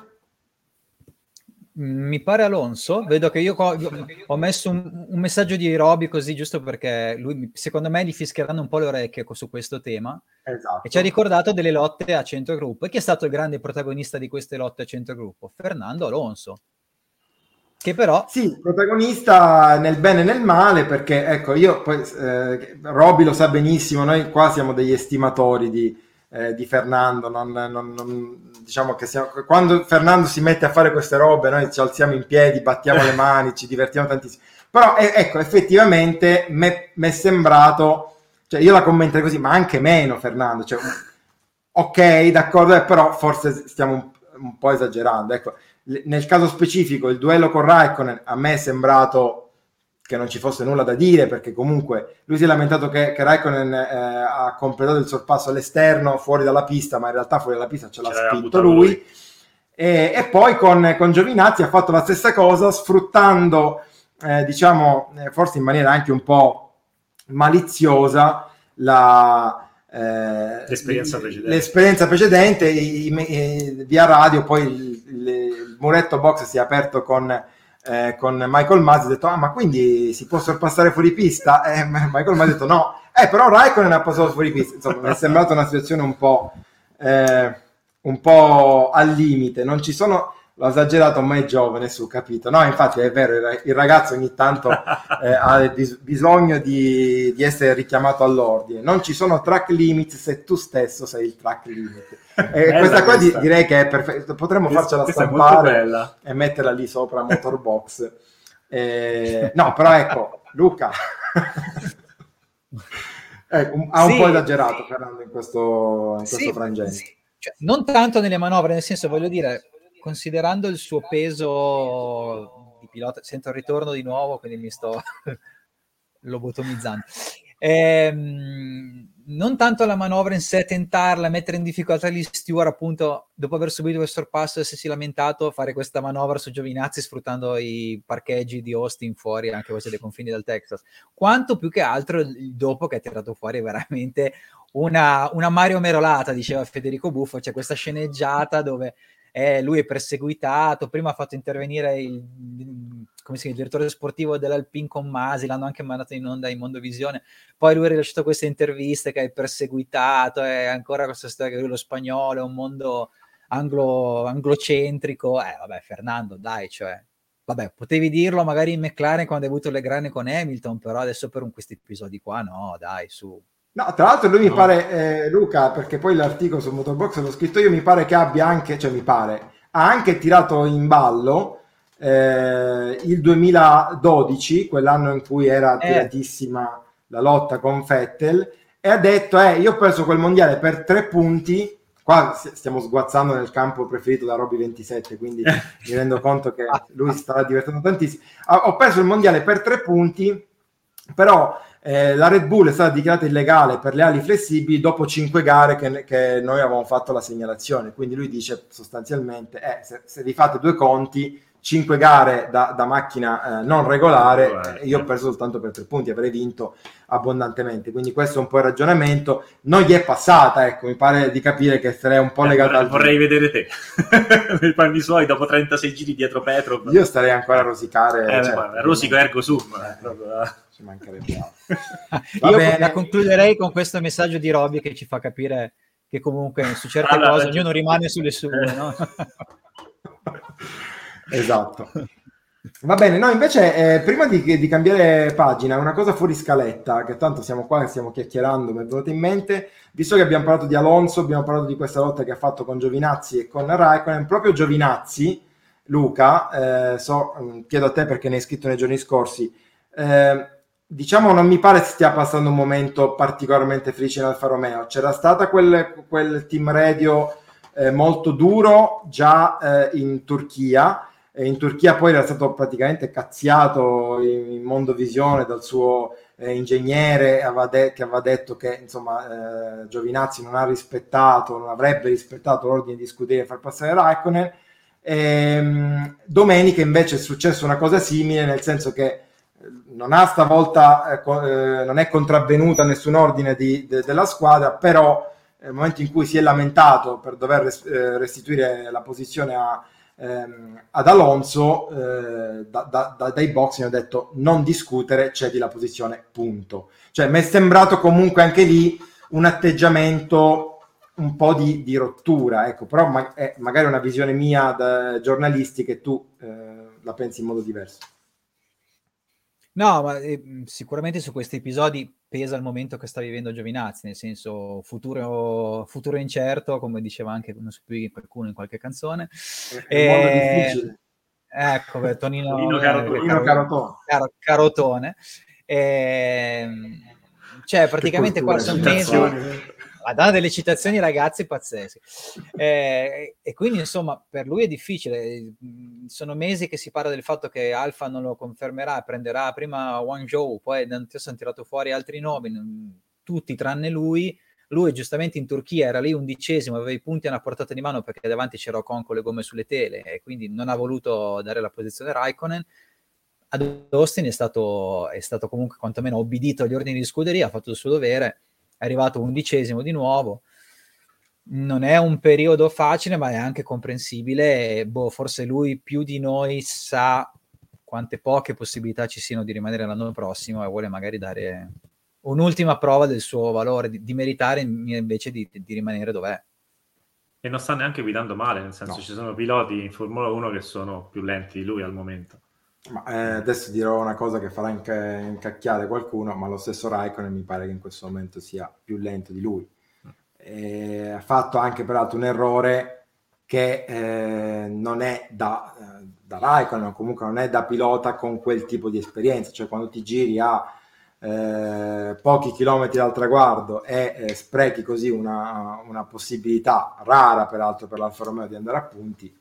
Mi pare Alonso. Vedo che io ho messo un messaggio di Roby così, giusto perché lui, secondo me, gli fischieranno un po' le orecchie su questo tema. Esatto. E ci ha ricordato delle lotte a centrogruppo. E chi è stato il grande protagonista di queste lotte a centrogruppo? Fernando Alonso. Che però... Sì, protagonista nel bene e nel male, perché, ecco, io poi... Roby lo sa benissimo, noi qua siamo degli estimatori di Fernando, diciamo che quando Fernando si mette a fare queste robe noi ci alziamo in piedi, battiamo le mani, ci divertiamo tantissimo, però ecco, effettivamente mi è sembrato, cioè io la commenterei così, ma anche meno Fernando, cioè, ok, d'accordo, però forse stiamo un po' esagerando, ecco. Nel caso specifico il duello con Raikkonen a me è sembrato che non ci fosse nulla da dire, perché comunque lui si è lamentato che Raikkonen ha completato il sorpasso all'esterno fuori dalla pista, ma in realtà fuori dalla pista ce l'ha spinto lui. E poi con Giovinazzi ha fatto la stessa cosa, sfruttando diciamo forse in maniera anche un po' maliziosa l'esperienza precedente via radio. Poi il muretto box si è aperto con Michael Masi, ha detto ma quindi si può sorpassare fuori pista? Michael Masi ha detto no, però Raikkonen ha passato fuori pista. Insomma, mi è sembrata una situazione un po' al limite. Non ci sono, l'ho esagerato, ma è giovane, capito? No, infatti è vero, il ragazzo ogni tanto ha bisogno di essere richiamato all'ordine. Non ci sono track limit se tu stesso sei il track limit. Questa qua direi che è perfetta, potremmo farcela stampare e metterla lì sopra Motorbox. No, però ecco, Luca ha un po' esagerato Fernando in questo frangente. Sì. Cioè, non tanto nelle manovre, nel senso, voglio dire, considerando il suo peso di pilota, sento il ritorno di nuovo, quindi mi sto lobotomizzando. Non tanto la manovra in sé, tentarla, mettere in difficoltà gli Stewart, appunto, dopo aver subito il sorpasso e essersi lamentato, fare questa manovra su Giovinazzi sfruttando i parcheggi di Austin fuori, anche questi dei confini del Texas, quanto più che altro il dopo, che ha tirato fuori veramente una Mario Merolata, diceva Federico Buffo. C'è questa sceneggiata dove lui è perseguitato, prima ha fatto intervenire il direttore sportivo dell'Alpine con Masi, l'hanno anche mandato in onda in Mondovisione, poi lui ha rilasciato queste interviste che è perseguitato, è ancora questa storia che lui lo spagnolo è un mondo anglocentrico. Vabbè, Fernando, dai, cioè, vabbè, potevi dirlo magari in McLaren quando hai avuto le grane con Hamilton, però adesso per questi episodi qua no, dai, su. No, tra l'altro lui mi pare, Luca, perché poi l'articolo su Motorbox l'ho scritto io, mi pare che abbia anche, ha anche tirato in ballo il 2012, quell'anno in cui era tiratissima la lotta con Vettel, e ha detto io ho perso quel mondiale per 3 punti, qua stiamo sguazzando nel campo preferito da Roby 27, quindi mi rendo conto che lui si starà divertendo tantissimo. Ho perso il mondiale per 3 punti, però la Red Bull è stata dichiarata illegale per le ali flessibili dopo 5 gare che noi avevamo fatto la segnalazione. Quindi lui dice sostanzialmente se vi fate 2 conti, 5 gare da macchina non regolare, io ho perso soltanto per 3 punti, avrei vinto abbondantemente. Quindi questo è un po' il ragionamento. Non gli è passata, ecco, mi pare di capire che sarei un po' legato al... Vorrei vedere te nei panni suoi dopo 36 giri dietro Petrov. Io starei ancora a rosicare. Rosico ergo sum. Ci mancherebbe Io la concluderei con questo messaggio di Roby che ci fa capire che comunque su certe cose ognuno rimane sulle sue, no? Esatto. Va bene, no, invece prima di cambiare pagina, una cosa fuori scaletta, che tanto siamo qua che stiamo chiacchierando, mi è venuta in mente, visto che abbiamo parlato di Alonso, abbiamo parlato di questa lotta che ha fatto con Giovinazzi e con Raikkonen. Proprio Giovinazzi Luca, chiedo a te perché ne hai scritto nei giorni scorsi, diciamo non mi pare stia passando un momento particolarmente felice in Alfa Romeo. C'era stata quel team radio molto duro già in Turchia, e in Turchia poi era stato praticamente cazziato in Mondovisione dal suo ingegnere, che aveva detto che insomma Giovinazzi non avrebbe rispettato l'ordine di scuderia per far passare Raikkonen. Domenica invece è successa una cosa simile, nel senso che non è contravvenuta nessun ordine della squadra, però nel momento in cui si è lamentato per dover restituire la posizione ad Alonso, dai box hanno detto non discutere, cedi la posizione, punto. Cioè mi è sembrato comunque anche lì un atteggiamento un po' di rottura, ecco, però magari una visione mia giornalistica e tu la pensi in modo diverso. No, ma sicuramente su questi episodi pesa il momento che sta vivendo Giovinazzi, nel senso futuro incerto, come diceva anche non so più qualcuno in qualche canzone. È un mondo difficile. Ecco, Tonino Carotone. Cioè, praticamente qua sono mesi... Madonna, delle citazioni, ragazzi, pazzesche. E quindi, insomma, per lui è difficile. Sono mesi che si parla del fatto che Alfa non lo confermerà, prenderà prima Guangzhou, poi adesso hanno tirato fuori altri nomi, tutti tranne lui. Lui giustamente in Turchia era lì 11°, aveva i punti a una portata di mano perché davanti c'era Ocon con le gomme sulle tele e quindi non ha voluto dare la posizione a Raikkonen. Ad Austin è stato comunque quantomeno obbedito agli ordini di scuderia, ha fatto il suo dovere, è arrivato 11° di nuovo. Non è un periodo facile, ma è anche comprensibile. Forse lui più di noi sa quante poche possibilità ci siano di rimanere l'anno prossimo e vuole magari dare un'ultima prova del suo valore, di meritare invece di rimanere dov'è. E non sta neanche guidando male, nel senso ci sono piloti in Formula 1 che sono più lenti di lui al momento. Ma adesso dirò una cosa che farà incacchiare qualcuno, ma lo stesso Raikkonen mi pare che in questo momento sia più lento di lui. Ha fatto anche peraltro un errore che non è da Raikkonen, o comunque non è da pilota con quel tipo di esperienza, cioè quando ti giri a pochi chilometri dal traguardo e sprechi così una possibilità rara peraltro per l'Alfa Romeo di andare a punti,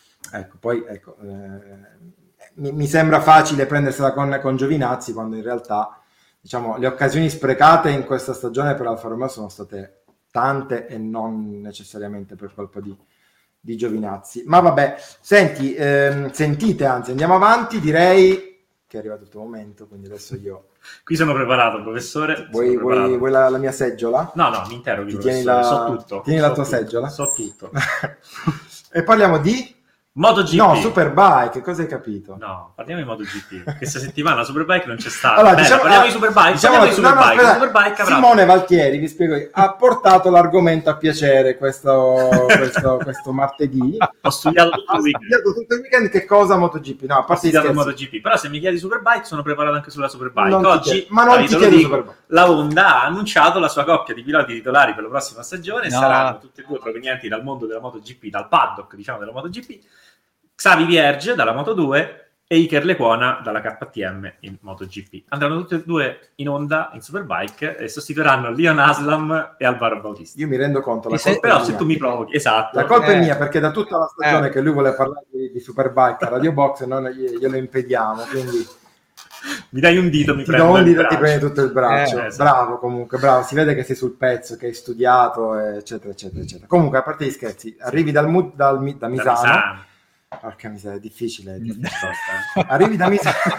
mi sembra facile prendersela con Giovinazzi, quando in realtà diciamo le occasioni sprecate in questa stagione per Alfa Romeo sono state tante e non necessariamente per colpa di Giovinazzi. Ma vabbè, sentite, anzi andiamo avanti, direi che è arrivato il tuo momento, quindi adesso io... Qui sono preparato, professore. Vuoi la mia seggiola? No, mi interroghi, so tutto. Tieni la tua seggiola? So tutto. E parliamo di... MotoGP. No, Superbike, cosa hai capito? No, parliamo di MotoGP. Questa settimana Superbike non c'è stato. Allora, parliamo di Superbike. Superbike Simone Valtieri, vi spiego io, ha portato l'argomento a piacere questo martedì. Ho studiato tutto il weekend che cosa MotoGP. No, a parte di MotoGP. Però se mi chiedi Superbike sono preparato anche sulla Superbike. Oggi, non ti chiedo Superbike. La Honda ha annunciato la sua coppia di piloti titolari per la prossima stagione. Saranno tutti e due provenienti dal mondo della MotoGP, dal paddock, diciamo, della MotoGP. Xavi Vierge dalla Moto2 e Iker Lecuona dalla KTM in MotoGP. Andranno tutti e due in Honda in Superbike e sostituiranno Leon Haslam e Alvaro Bautista. Io mi rendo conto, se tu mi provochi, esatto. La colpa è mia, perché da tutta la stagione che lui vuole parlare di Superbike a Radio Box noi glielo impediamo, quindi mi dai un dito, ti prendi tutto il braccio. Esatto. Bravo, comunque, bravo, si vede che sei sul pezzo, che hai studiato, eccetera, eccetera, eccetera. Comunque, a parte gli scherzi, arrivi da Misano. Porca miseria, è difficile. Arrivi da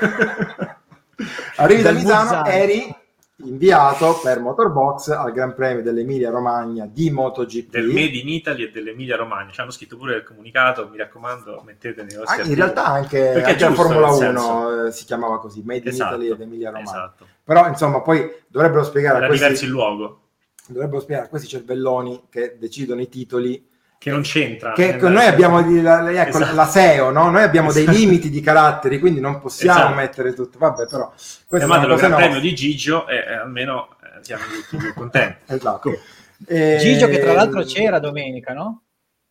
Misano, eri inviato per Motorbox al Gran Premio dell'Emilia Romagna di MotoGP. Del Made in Italy e dell'Emilia Romagna. Ci hanno scritto pure il comunicato, mi raccomando, mettete nei vostri in realtà anche la Formula 1 si chiamava così, Made in Italy ed Emilia Romagna. Esatto. Però insomma poi dovrebbero spiegare diversi il luogo. Dovrebbero spiegare a questi cervelloni che decidono i titoli che non c'entra. Che noi abbiamo la SEO, no? Noi abbiamo dei limiti di caratteri, quindi non possiamo mettere tutto. Vabbè, però chiamatelo Gran Premio di Gigio e almeno siamo tutti più contenti. Esatto. Gigio che tra l'altro c'era domenica, no?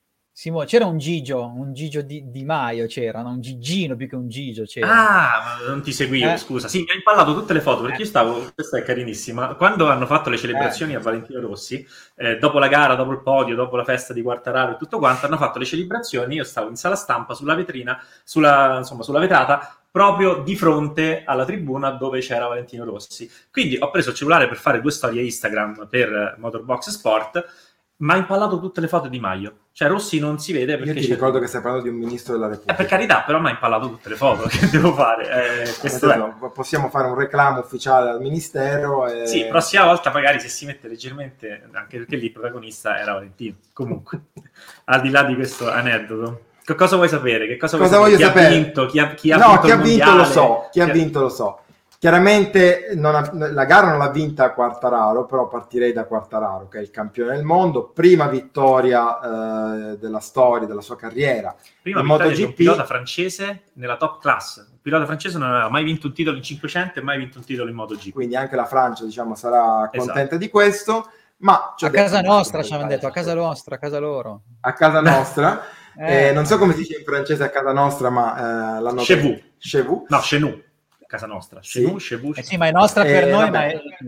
c'era un Gigio di Maio, c'era, no? Un Gigino più che un Gigio c'era. Ma non ti seguivo, scusa. Sì, mi ha impallato tutte le foto, perché io stavo, questa è carinissima, quando hanno fatto le celebrazioni a Valentino Rossi, dopo la gara, dopo il podio, dopo la festa di Quartararo e tutto quanto, hanno fatto le celebrazioni, io stavo in sala stampa sulla vetrina, sulla vetrata, proprio di fronte alla tribuna dove c'era Valentino Rossi. Quindi ho preso il cellulare per fare 2 storie Instagram per Motorbox Sport, ma ha impallato tutte le foto di Maio. Cioè Rossi non si vede perché... Io ti ricordo che stai parlando di un ministro della Repubblica. Per carità, però mi ha impallato tutte le foto. Che devo fare? Possiamo fare un reclamo ufficiale al ministero. Sì, prossima volta magari se si mette leggermente, anche perché lì il protagonista era Valentino. Comunque, al di là di questo aneddoto, che cosa vuoi sapere? Che cosa voglio sapere? Ha vinto? Chi ha vinto lo so. Chi ha vinto lo so. Chiaramente la gara non l'ha vinta Quartararo, però partirei da Quartararo, che è il campione del mondo, prima vittoria della storia, della sua carriera. Prima vittoria di un pilota francese nella top class. Un pilota francese non aveva mai vinto un titolo in 500 e mai vinto un titolo in MotoGP. Quindi anche la Francia, diciamo, sarà contenta di questo. Ma a casa nostra, ci avevano detto, a casa nostra, a casa loro. A casa nostra. Non so come si dice in francese a casa nostra, ma l'hanno detto. Chez vous. No, chez nous. Casa nostra, sì, ma è nostra per noi, ma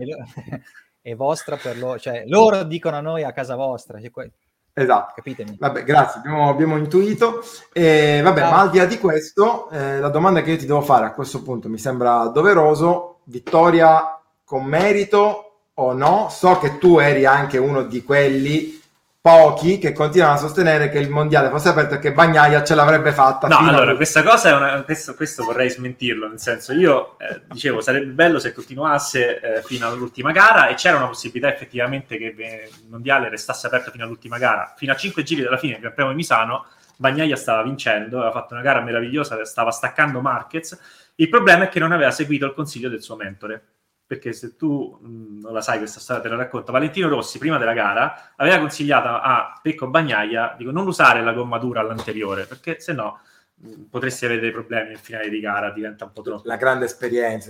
è vostra per loro, cioè loro dicono a noi a casa vostra, esatto, capitemi. Vabbè, grazie, abbiamo intuito. Ma al di là di questo, la domanda che io ti devo fare a questo punto mi sembra doveroso: vittoria con merito o no? So che tu eri anche uno di quelli pochi che continuano a sostenere che il mondiale fosse aperto e che Bagnaia ce l'avrebbe fatta. No, allora, questa cosa questo vorrei smentirlo, nel senso, io dicevo, sarebbe bello se continuasse fino all'ultima gara, e c'era una possibilità effettivamente che il mondiale restasse aperto fino all'ultima gara. Fino a 5 giri dalla fine del Gran Premio di Misano, Bagnaia stava vincendo, aveva fatto una gara meravigliosa, stava staccando Marquez. Il problema è che non aveva seguito il consiglio del suo mentore. Perché se tu non la sai questa storia, te la racconto. Valentino Rossi prima della gara aveva consigliato a Pecco Bagnaia non usare la gomma dura all'anteriore, perché se no potresti avere dei problemi nel finale di gara, diventa un po' troppo. La grande esperienza.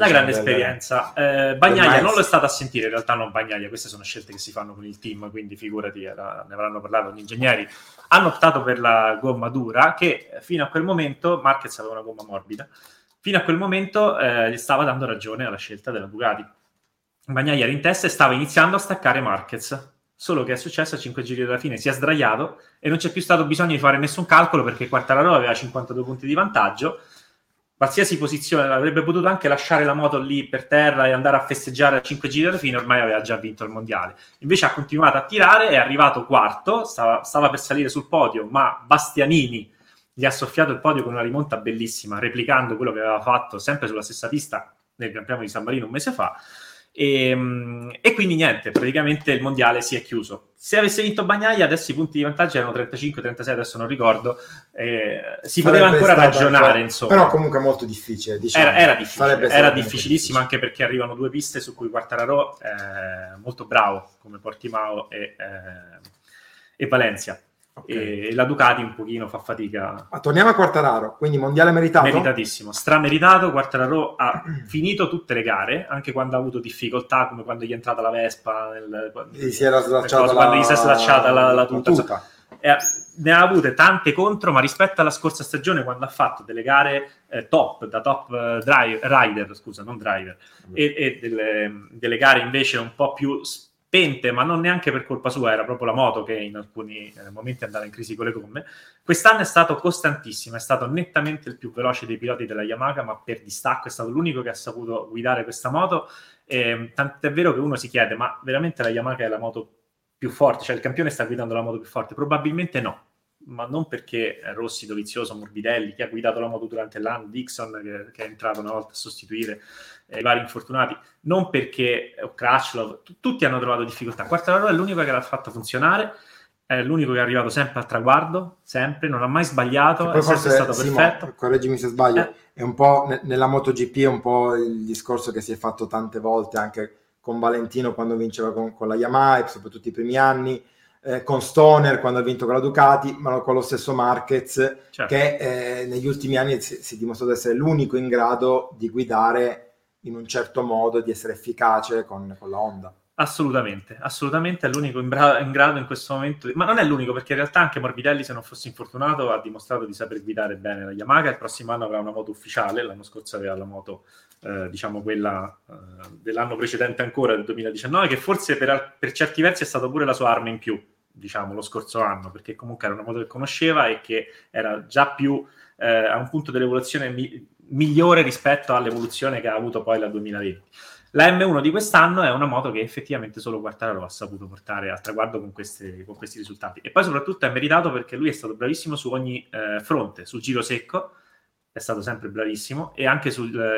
Bagnaia non lo è stato a sentire, in realtà non Bagnaia, queste sono scelte che si fanno con il team, quindi figurati, ne avranno parlato gli ingegneri. Hanno optato per la gomma dura, che fino a quel momento Marquez aveva una gomma morbida. Fino a quel momento gli stava dando ragione alla scelta della Ducati. Bagnaia era in testa e stava iniziando a staccare Marquez. Solo che è successo a 5 giri dalla fine, si è sdraiato e non c'è più stato bisogno di fare nessun calcolo, perché Quartararo aveva 52 punti di vantaggio. Qualsiasi posizione, avrebbe potuto anche lasciare la moto lì per terra e andare a festeggiare a 5 giri alla fine, ormai aveva già vinto il mondiale. Invece ha continuato a tirare, è arrivato quarto, stava per salire sul podio, ma Bastianini gli ha soffiato il podio con una rimonta bellissima, replicando quello che aveva fatto sempre sulla stessa pista nel Gran Premio di San Marino un mese fa. E quindi niente, praticamente il mondiale si è chiuso. Se avesse vinto Bagnaia, adesso i punti di vantaggio erano 35-36, adesso non ricordo. Si poteva ancora ragionare, insomma. Però comunque molto difficile, diciamo. Era difficilissimo, anche perché arrivano 2 piste su cui Quartararo è molto bravo, come Portimao e Valencia. Okay. E la Ducati un pochino fa fatica. Ma torniamo a Quartararo, quindi mondiale meritato? Meritatissimo, strameritato. Quartararo ha finito tutte le gare, anche quando ha avuto difficoltà, come quando gli è entrata la Vespa, quando gli si è slacciata la tuta. Ne ha avute tante contro, ma rispetto alla scorsa stagione, quando ha fatto delle gare top rider, scusa, non driver, e delle gare invece un po' più spente, ma non neanche per colpa sua, era proprio la moto che in alcuni momenti andava in crisi con le gomme. Quest'anno è stato costantissimo, è stato nettamente il più veloce dei piloti della Yamaha, ma per distacco è stato l'unico che ha saputo guidare questa moto, tant'è vero che uno si chiede, ma veramente la Yamaha è la moto più forte? Cioè il campione sta guidando la moto più forte? Probabilmente no, ma non perché Rossi, Dovizioso, Morbidelli, che ha guidato la moto durante l'anno, Dixon che è entrato una volta a sostituire i vari infortunati, non perché Crutchlow, tutti hanno trovato difficoltà. Quartararo è l'unico che l'ha fatta funzionare, è l'unico che è arrivato sempre al traguardo, sempre, non ha mai sbagliato, è sempre stato perfetto. Correggimi se sbaglio, è un po' nella MotoGP è un po' il discorso che si è fatto tante volte anche con Valentino quando vinceva con la Yamaha, e soprattutto i primi anni, con Stoner quando ha vinto con la Ducati, ma con lo stesso Marquez, certo, che negli ultimi anni si è dimostrato essere l'unico in grado di guidare in un certo modo, di essere efficace con la Honda. Assolutamente è l'unico in grado in questo momento, ma non è l'unico, perché in realtà anche Morbidelli, se non fosse infortunato, ha dimostrato di saper guidare bene la Yamaha. Il prossimo anno avrà una moto ufficiale, l'anno scorso aveva la moto diciamo quella dell'anno precedente ancora, del 2019, che forse per certi versi è stato pure la sua arma in più, diciamo, lo scorso anno, perché comunque era una moto che conosceva e che era già più a un punto dell'evoluzione migliore rispetto all'evoluzione che ha avuto poi la 2020. La M1 di quest'anno è una moto che effettivamente solo Quartararo ha saputo portare a traguardo con questi risultati, e poi soprattutto è meritato perché lui è stato bravissimo su ogni fronte. Sul giro secco è stato sempre bravissimo, e anche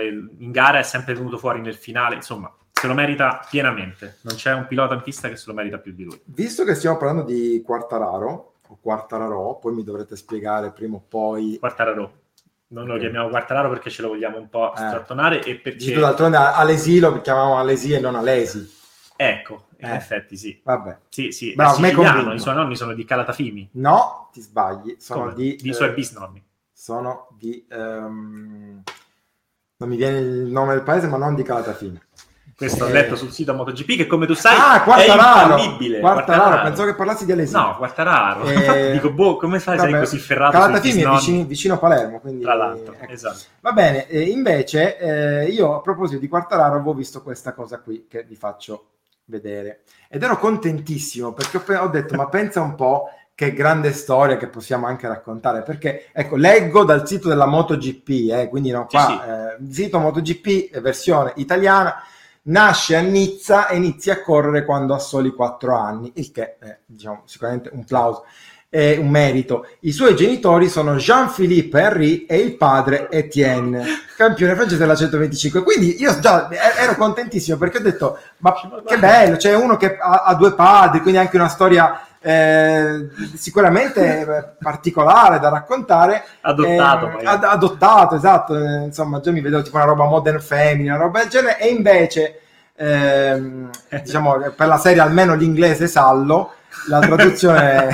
in gara è sempre venuto fuori nel finale, insomma se lo merita pienamente, non c'è un pilota in pista che se lo merita più di lui. Visto che stiamo parlando di Quartararo o Quartararo, poi mi dovrete spiegare prima o poi. Quartararo. Non lo chiamiamo Quartararo perché ce lo vogliamo un po' strattonare, e perché d'altronde Alesi lo chiamiamo Alesi e non Alesi. Ecco, in effetti sì. Vabbè. Sì, bravo, è siciliano, i suoi nonni sono di Calatafimi. No, ti sbagli, sono di suoi bisnonni. Sono di non mi viene il nome del paese, ma non di Calatafimi. Questo ho letto sul sito MotoGP, che come tu sai Quartararo, è infallibile. Quartararo, pensavo che parlassi di Alesi. No, Quartararo. Dico, come fai, sei così ferrato? Calatafimi è vicino a Palermo, quindi, tra l'altro, ecco. Esatto. Va bene, invece io a proposito di Quartararo avevo visto questa cosa qui che vi faccio vedere, ed ero contentissimo perché ho detto ma pensa un po' che grande storia che possiamo anche raccontare, perché ecco, leggo dal sito della MotoGP, quindi no, qua sì. Sito MotoGP versione italiana. Nasce a Nizza e inizia a correre quando ha soli 4 anni, il che è diciamo, sicuramente un plauso e un merito. I suoi genitori sono Jean-Philippe Henry e il padre Etienne, campione francese della 125. Quindi io già ero contentissimo perché ho detto ma che bello, c'è uno che ha 2 padri, quindi anche una storia sicuramente particolare da raccontare, adottato, esatto, insomma già mi vedevo tipo una roba Modern Family, una roba del genere, e invece diciamo per la serie almeno l'inglese sallo, la traduzione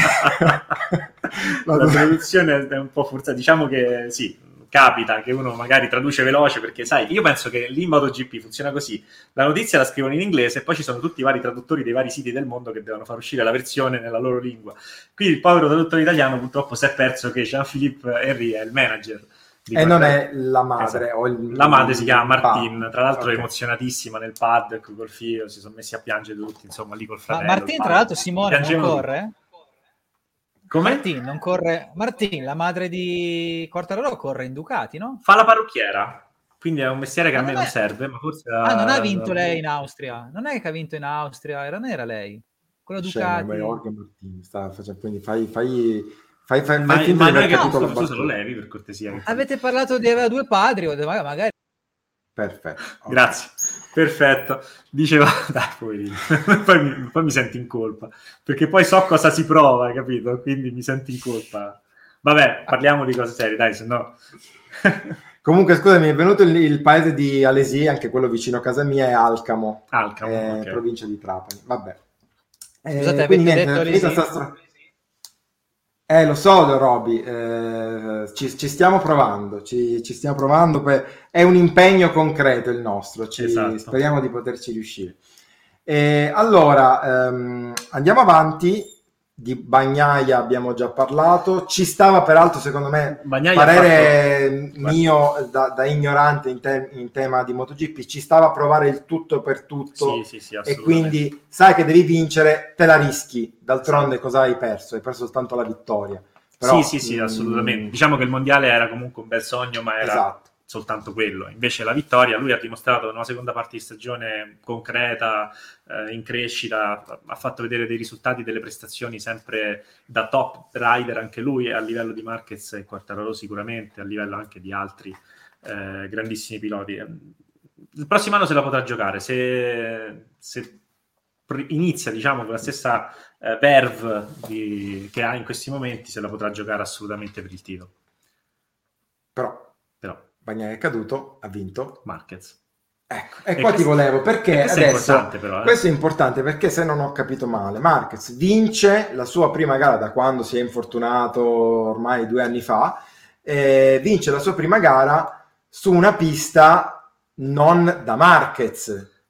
la traduzione è un po' forzata, diciamo che sì, capita che uno magari traduce veloce, perché sai, io penso che lì in MotoGP funziona così: la notizia la scrivono in inglese e poi ci sono tutti i vari traduttori dei vari siti del mondo che devono far uscire la versione nella loro lingua. Qui il povero traduttore italiano purtroppo si è perso che Jean-Philippe Henry è il manager e non è la madre. Esatto. La madre si chiama Martin, tra l'altro è emozionatissima nel paddock col figlio, si sono messi a piangere tutti, insomma, lì col fratello. Ma Martin, tra l'altro, Simone non corre? Come? Martin non corre. Martin, la madre di Quartararo, corre in Ducati, no? Fa la parrucchiera, quindi è un mestiere che a me non serve, ma forse non ha vinto lei in Austria. Non è che ha vinto in Austria, non era lei. Quella Ducati. Martin sta facendo, quindi fai ma non è che tu se lo levi, per cortesia. Avete parlato di avere 2 padri, magari. Perfetto. Okay. Grazie. Perfetto. Diceva, dai, poverino. poi mi sento in colpa, perché poi so cosa si prova, capito? Quindi mi sento in colpa. Vabbè, parliamo di cose serie, dai, se no. Comunque, scusami, è venuto il paese di Alesi, anche quello vicino a casa mia, è Alcamo, okay. Provincia di Trapani. Vabbè. Scusate, avete detto Alesi? Lo so, Roby, ci stiamo provando, ci stiamo provando, è un impegno concreto il nostro, esatto. Speriamo di poterci riuscire. Allora, andiamo avanti. Di Bagnaia abbiamo già parlato, ci stava peraltro secondo me, Bagnaia parere mio da ignorante in tema di MotoGP, ci stava a provare il tutto per tutto, sì, e quindi sai che devi vincere, te la rischi, d'altronde cosa hai perso? Hai perso soltanto la vittoria. Però, sì, assolutamente. Diciamo che il mondiale era comunque un bel sogno, ma era soltanto quello. Invece la vittoria, lui ha dimostrato una seconda parte di stagione concreta, in crescita, ha fatto vedere dei risultati, delle prestazioni sempre da top rider anche lui, a livello di Marquez e Quartararo sicuramente, a livello anche di altri grandissimi piloti. Il prossimo anno se la potrà giocare, se inizia, diciamo, con la stessa verve che ha in questi momenti, se la potrà giocare assolutamente per il titolo. Però Bagnaia è caduto, ha vinto Marquez. Ecco, e qua ti volevo, perché adesso è importante, però, questo è importante, perché se non ho capito male, Marquez vince la sua prima gara da quando si è infortunato ormai 2 anni fa, vince la sua prima gara su una pista non da Marquez,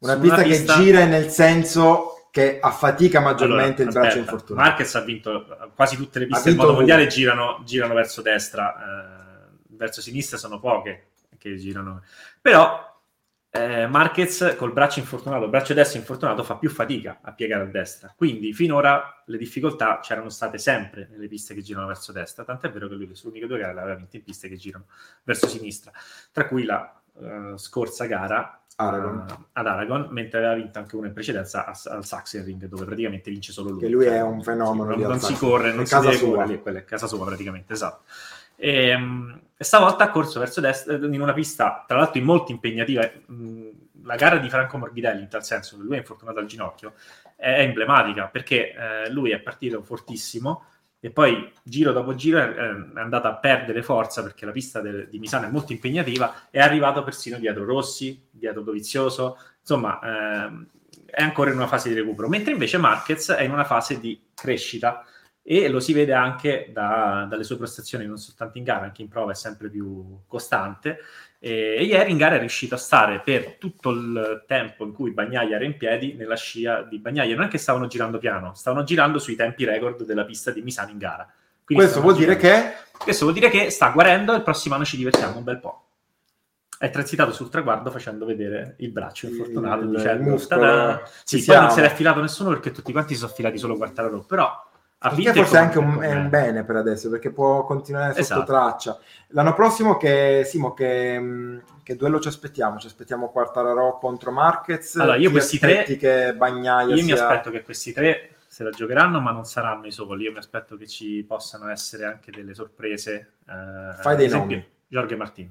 Una pista che gira nel senso che affatica maggiormente il braccio infortunato. Marquez ha vinto quasi tutte le piste del mondo mondiale, girano verso destra, verso sinistra sono poche che girano. Però Marquez col braccio infortunato, il braccio destro infortunato, fa più fatica a piegare a destra, quindi finora le difficoltà c'erano state sempre nelle piste che girano verso destra, tant'è vero che lui le sue uniche 2 gare le aveva vinte in piste che girano verso sinistra, tra cui la scorsa gara ad Aragon, mentre aveva vinto anche una in precedenza al Sachsenring, dove praticamente vince solo lui. Che lui è un fenomeno. Non si corre, non si deve correre, quella è casa sua praticamente, esatto. E stavolta ha corso verso destra in una pista tra l'altro molto impegnativa. La gara di Franco Morbidelli, in tal senso che lui è infortunato al ginocchio, è emblematica, perché lui è partito fortissimo e poi giro dopo giro è andato a perdere forza, perché la pista di Misano è molto impegnativa, è arrivato persino dietro Rossi, dietro Dovizioso, insomma è ancora in una fase di recupero, mentre invece Marquez è in una fase di crescita, e lo si vede anche dalle sue prestazioni, non soltanto in gara, anche in prova è sempre più costante, e ieri in gara è riuscito a stare per tutto il tempo in cui Bagnaia era in piedi nella scia di Bagnaia. Non è che stavano girando piano, stavano girando sui tempi record della pista di Misano in gara. Quindi questo vuol dire che sta guarendo e il prossimo anno ci divertiamo un bel po'. È transitato sul traguardo facendo vedere il braccio infortunato, dicendo sì, poi non se l'è filato nessuno, perché tutti quanti si sono filati solo Quartararo, però che forse anche è un bene per adesso, perché può continuare sotto traccia. L'anno prossimo che duello ci aspettiamo? Ci aspettiamo Quartararo contro Marquez? Allora, io questi 3 che Bagnaia mi aspetto che questi 3 se la giocheranno, ma non saranno i soli. Io mi aspetto che ci possano essere anche delle sorprese. Fai dei nomi. Jorge Martin.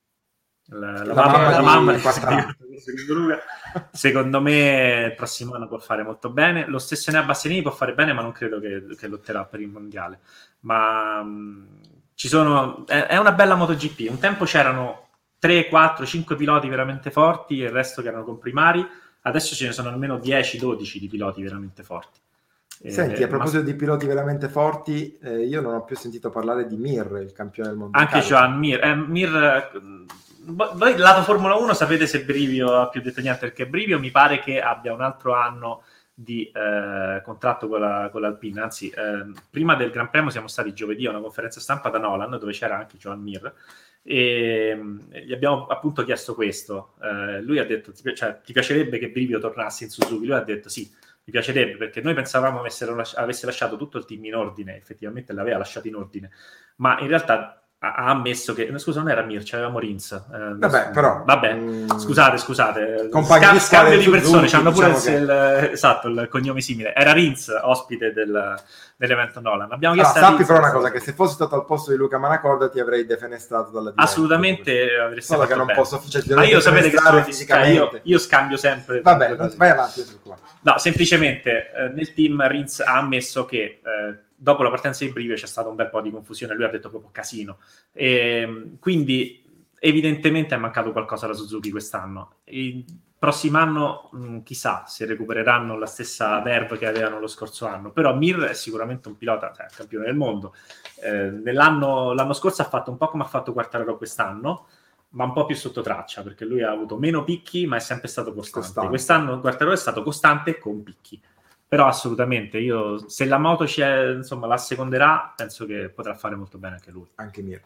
La mamma di Quartararo. Secondo me il prossimo anno può fare molto bene. Lo stesso Enea Bastianini può fare bene, ma non credo che lotterà per il mondiale. Ma ci sono, è una bella MotoGP. Un tempo c'erano 3, 4, 5 piloti veramente forti e il resto che erano comprimari. Adesso ce ne sono almeno 10, 12 di piloti veramente forti. Senti, a proposito di piloti veramente forti, io non ho più sentito parlare di Mir, il campione del mondo. Anche Joan Mir. Voi lato Formula 1 sapete se Brivio ha più detto niente, perché Brivio mi pare che abbia un altro anno di contratto con l'Alpine, anzi prima del Gran Premio siamo stati giovedì a una conferenza stampa da Nolan dove c'era anche Joan Mir e gli abbiamo appunto chiesto questo, lui ha detto ti piacerebbe che Brivio tornasse in Suzuki? Lui ha detto sì, mi piacerebbe, perché noi pensavamo avesse lasciato tutto il team in ordine, effettivamente l'aveva lasciato in ordine, ma in realtà ha ammesso che, scusa, non era Mir, c'aveva Rins. Scusate, scambio di persone, c'hanno pure il cognome simile. Era Rins, ospite dell'evento Nolan. Abbiamo chiesto sappi però una cosa, che se fossi stato al posto di Luca Manacorda ti avrei defenestrato dalla diretta. Assolutamente avresti fatto che non bene. Posso, ma io sapete che fisicamente. Io scambio sempre. Vabbè, vai avanti. No, semplicemente nel team Rins ha ammesso che dopo la partenza di Brivio c'è stato un bel po' di confusione, lui ha detto proprio casino, e quindi evidentemente è mancato qualcosa alla Suzuki quest'anno. Il prossimo anno chissà se recupereranno la stessa verve che avevano lo scorso anno, però Mir è sicuramente un pilota, campione del mondo. L'anno scorso ha fatto un po' come ha fatto Quartararo quest'anno, ma un po' più sotto traccia, perché lui ha avuto meno picchi ma è sempre stato costante. Quest'anno Quartararo è stato costante con picchi. Però assolutamente, io se la moto la seconderà, penso che potrà fare molto bene anche lui. Anche Mir.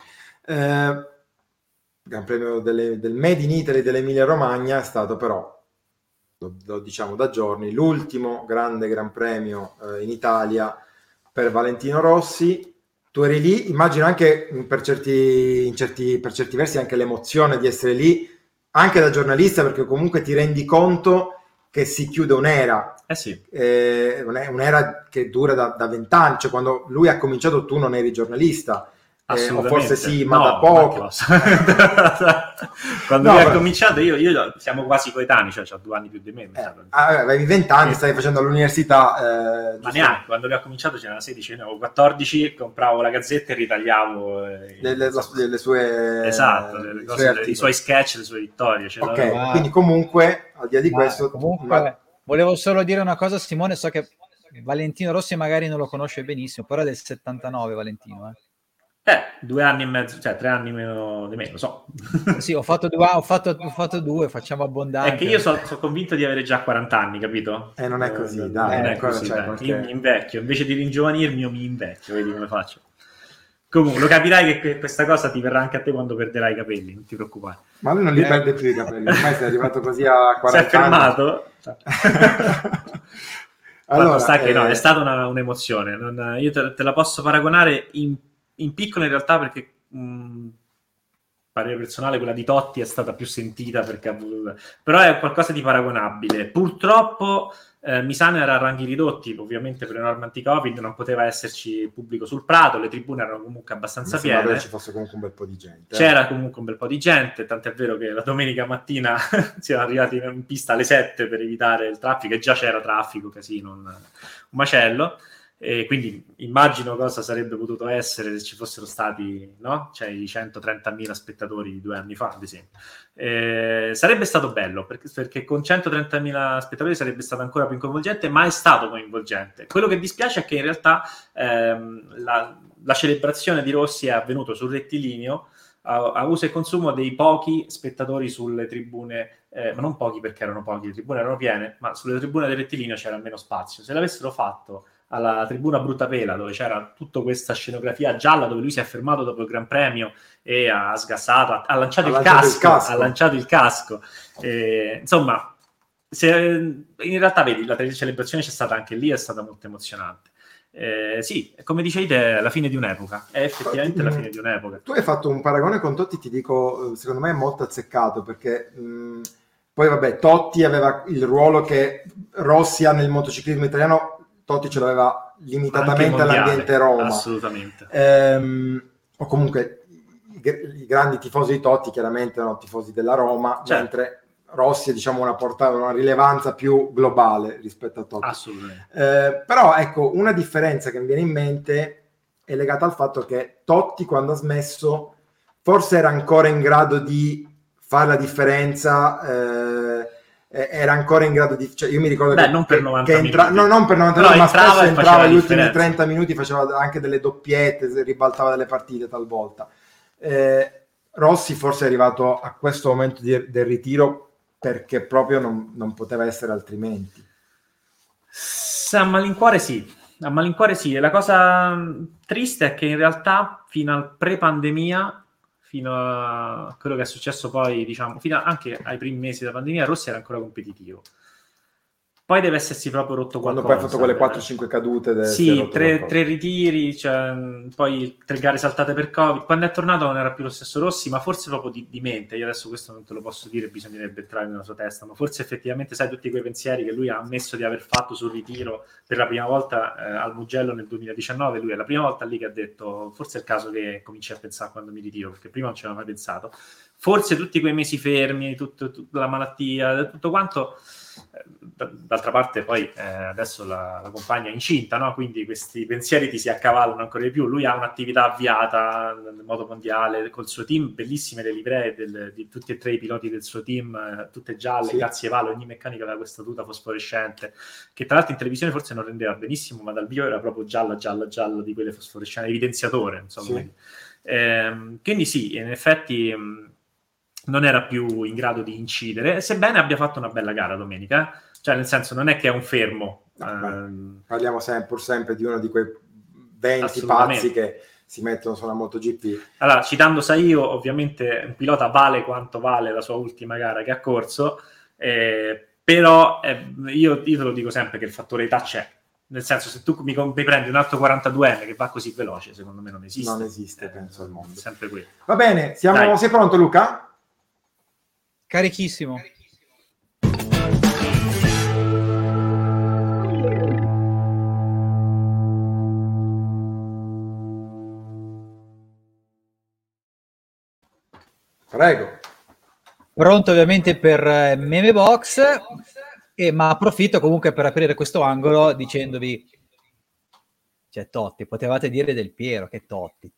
Gran Premio del Made in Italy dell'Emilia Romagna è stato però, lo diciamo da giorni, l'ultimo grande Gran Premio in Italia per Valentino Rossi. Tu eri lì, immagino anche per certi versi anche l'emozione di essere lì, anche da giornalista, perché comunque ti rendi conto che si chiude un'era. Sì. Un'era che dura da 20 anni, cioè quando lui ha cominciato tu non eri giornalista, o forse sì, ma da poco. Quando lui ha cominciato io siamo quasi coetanei, cioè ho 2 anni più di me. Avevi 20 anni, stavi facendo all'università. Ma neanche, quando lui ha cominciato c'erano 16, io ne avevo 14, compravo la Gazzetta e ritagliavo le sue i suoi sketch, le sue vittorie. Quindi comunque, al di là di questo... Volevo solo dire una cosa, Simone, so che Valentino Rossi magari non lo conosce benissimo, però è del 79 Valentino. 2 anni e mezzo, cioè 3 anni meno di me, lo so. Sì, ho fatto 2, facciamo abbondante. È che io sono convinto di avere già 40 anni, capito? Non è così, dai. Non è così, dai. Io mi invecchio, invece di ringiovanirmi io mi invecchio, vedi come faccio. Comunque, lo capirai che questa cosa ti verrà anche a te quando perderai i capelli, non ti preoccupare. Ma lui non li perde più i capelli, ormai sei arrivato così a 40 anni. Si è fermato? Allora, sta che no, è stata un'emozione. Io te la posso paragonare in piccolo in realtà, perché parere personale quella di Totti è stata più sentita, però è qualcosa di paragonabile. Purtroppo Misano era a ranghi ridotti, ovviamente per le norme anti-Covid non poteva esserci pubblico sul prato, le tribune erano comunque abbastanza piene. Ci fosse comunque un bel po' di gente. C'era comunque un bel po' di gente, tant'è vero che la domenica mattina siamo arrivati in pista alle 7 per evitare il traffico, e già c'era traffico, casino, un macello. E quindi immagino cosa sarebbe potuto essere se ci fossero stati, no? Cioè i 130.000 spettatori di 2 anni fa, ad esempio. Sarebbe stato bello, perché con 130.000 spettatori sarebbe stato ancora più coinvolgente, ma è stato coinvolgente. Quello che dispiace è che in realtà la celebrazione di Rossi è avvenuta sul rettilineo a uso e consumo dei pochi spettatori sulle tribune, ma non pochi perché erano pochi, le tribune erano piene, ma sulle tribune del rettilineo c'era meno spazio. Se l'avessero fatto alla tribuna Bruttapela, dove c'era tutta questa scenografia gialla, dove lui si è fermato dopo il Gran Premio e ha sgassato, ha lanciato il casco. Insomma, in realtà vedi, la celebrazione c'è stata anche lì, è stata molto emozionante. Sì, come dicevi te, è la fine di un'epoca, è effettivamente la fine di un'epoca. Tu hai fatto un paragone con Totti, ti dico, secondo me è molto azzeccato, perché poi vabbè, Totti aveva il ruolo che Rossi ha nel motociclismo italiano. Totti ce l'aveva limitatamente all'ambiente Roma. Assolutamente. O comunque i grandi tifosi di Totti chiaramente erano tifosi della Roma, certo, mentre Rossi diciamo portava una rilevanza più globale rispetto a Totti. Assolutamente. Però ecco, una differenza che mi viene in mente è legata al fatto che Totti, quando ha smesso, forse era ancora in grado di fare la differenza, era ancora in grado di, cioè io mi ricordo non per 90 minuti, non per 90 minuti, ma spesso entrava gli ultimi 30 minuti, faceva anche delle doppiette, ribaltava delle partite talvolta. Rossi forse è arrivato a questo momento del ritiro perché proprio non poteva essere altrimenti. A malincuore sì, e la cosa triste è che in realtà fino al pre-pandemia, fino a quello che è successo poi, diciamo, fino anche ai primi mesi della pandemia, Rossi era ancora competitivo. Poi deve essersi proprio rotto quando qualcosa. Quando poi ha fatto quelle 4-5 cadute. Sì, tre ritiri, cioè, poi 3 gare saltate per Covid. Quando è tornato non era più lo stesso Rossi, ma forse proprio di mente. Io adesso questo non te lo posso dire, bisognerebbe entrare nella sua testa, ma forse effettivamente, sai, tutti quei pensieri che lui ha ammesso di aver fatto sul ritiro per la prima volta al Mugello nel 2019, lui è la prima volta lì che ha detto forse è il caso che cominci a pensare quando mi ritiro, perché prima non ci aveva mai pensato. Forse tutti quei mesi fermi, tutta la malattia, tutto quanto. D'altra parte poi adesso la compagna è incinta, no? Quindi questi pensieri ti si accavallano ancora di più. Lui ha un'attività avviata nel moto mondiale col suo team, bellissime le livree di tutti e 3 i piloti del suo team, tutte gialle, sì. Grazie Valo, ogni meccanica aveva questa tuta fosforescente che tra l'altro in televisione forse non rendeva benissimo, ma dal vivo era proprio gialla di quelle fosforescenti, evidenziatore insomma, sì. Quindi sì, in effetti non era più in grado di incidere, sebbene abbia fatto una bella gara domenica, cioè nel senso non è che è un fermo. Parliamo sempre di uno di quei 20 pazzi che si mettono sulla MotoGP. Allora, citando Saio, ovviamente un pilota vale quanto vale la sua ultima gara che ha corso, però io te lo dico sempre che il fattore età c'è. Nel senso, se tu mi prendi un altro 42enne che va così veloce, secondo me non esiste. Non esiste, penso, al mondo. Sempre qui. Va bene, sei pronto, Luca? Carichissimo. Prego. Pronto ovviamente per Meme Box, ma approfitto comunque per aprire questo angolo dicendovi, cioè Totti, potevate dire Del Piero, che Totti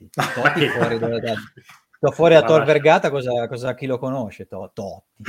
fuori da Tor Vergata, cosa chi lo conosce? Totti.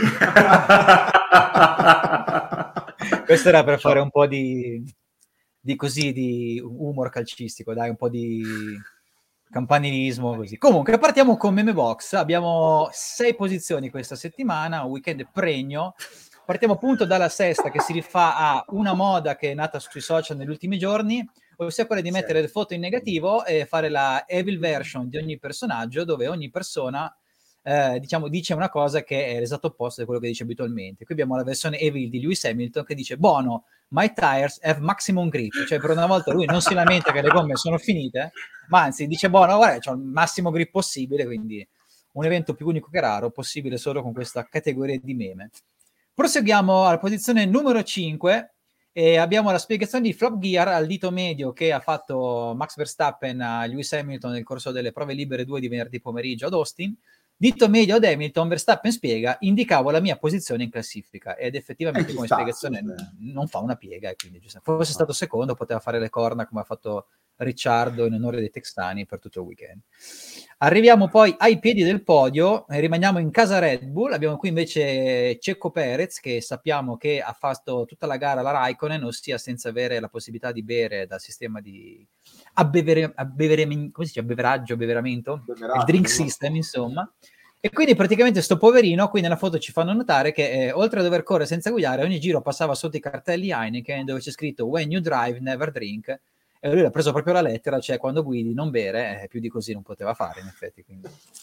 Questo era per fare un po' di humor calcistico, dai, un po' di campanilismo, così. Comunque, partiamo con Meme Box. Abbiamo 6 posizioni questa settimana, un weekend pregno. Partiamo appunto dalla sesta, che si rifà a una moda che è nata sui social negli ultimi giorni, ossia quella di mettere le foto in negativo e fare la evil version di ogni personaggio, dove ogni persona dice una cosa che è l'esatto opposto di quello che dice abitualmente. Qui abbiamo la versione evil di Lewis Hamilton che dice: Bono, my tires have maximum grip. Cioè, per una volta lui non si lamenta che le gomme sono finite, ma anzi dice: Bono, guarda, c'ho il massimo grip possibile. Quindi un evento più unico che raro, possibile solo con questa categoria di meme. Proseguiamo alla posizione numero 5 e abbiamo la spiegazione di Flop Gear al dito medio che ha fatto Max Verstappen a Lewis Hamilton nel corso delle prove libere 2 di venerdì pomeriggio ad Austin. Dito medio ad Hamilton, Verstappen spiega: indicavo la mia posizione in classifica, ed effettivamente come spiegazione non fa una piega, e quindi fosse stato secondo poteva fare le corna come ha fatto Ricciardo in onore dei texani per tutto il weekend. Arriviamo poi ai piedi del podio e rimaniamo in casa Red Bull. Abbiamo qui invece Checo Perez, che sappiamo che ha fatto tutta la gara alla Raikkonen, ossia senza avere la possibilità di bere dal sistema di abbeveramento, il drink system, insomma. E quindi praticamente sto poverino, qui nella foto ci fanno notare che oltre a dover correre senza guidare, ogni giro passava sotto i cartelli Heineken dove c'è scritto "When you drive, never drink", e lui l'ha preso proprio la lettera, cioè quando guidi non bere, più di così non poteva fare in effetti. Quindi.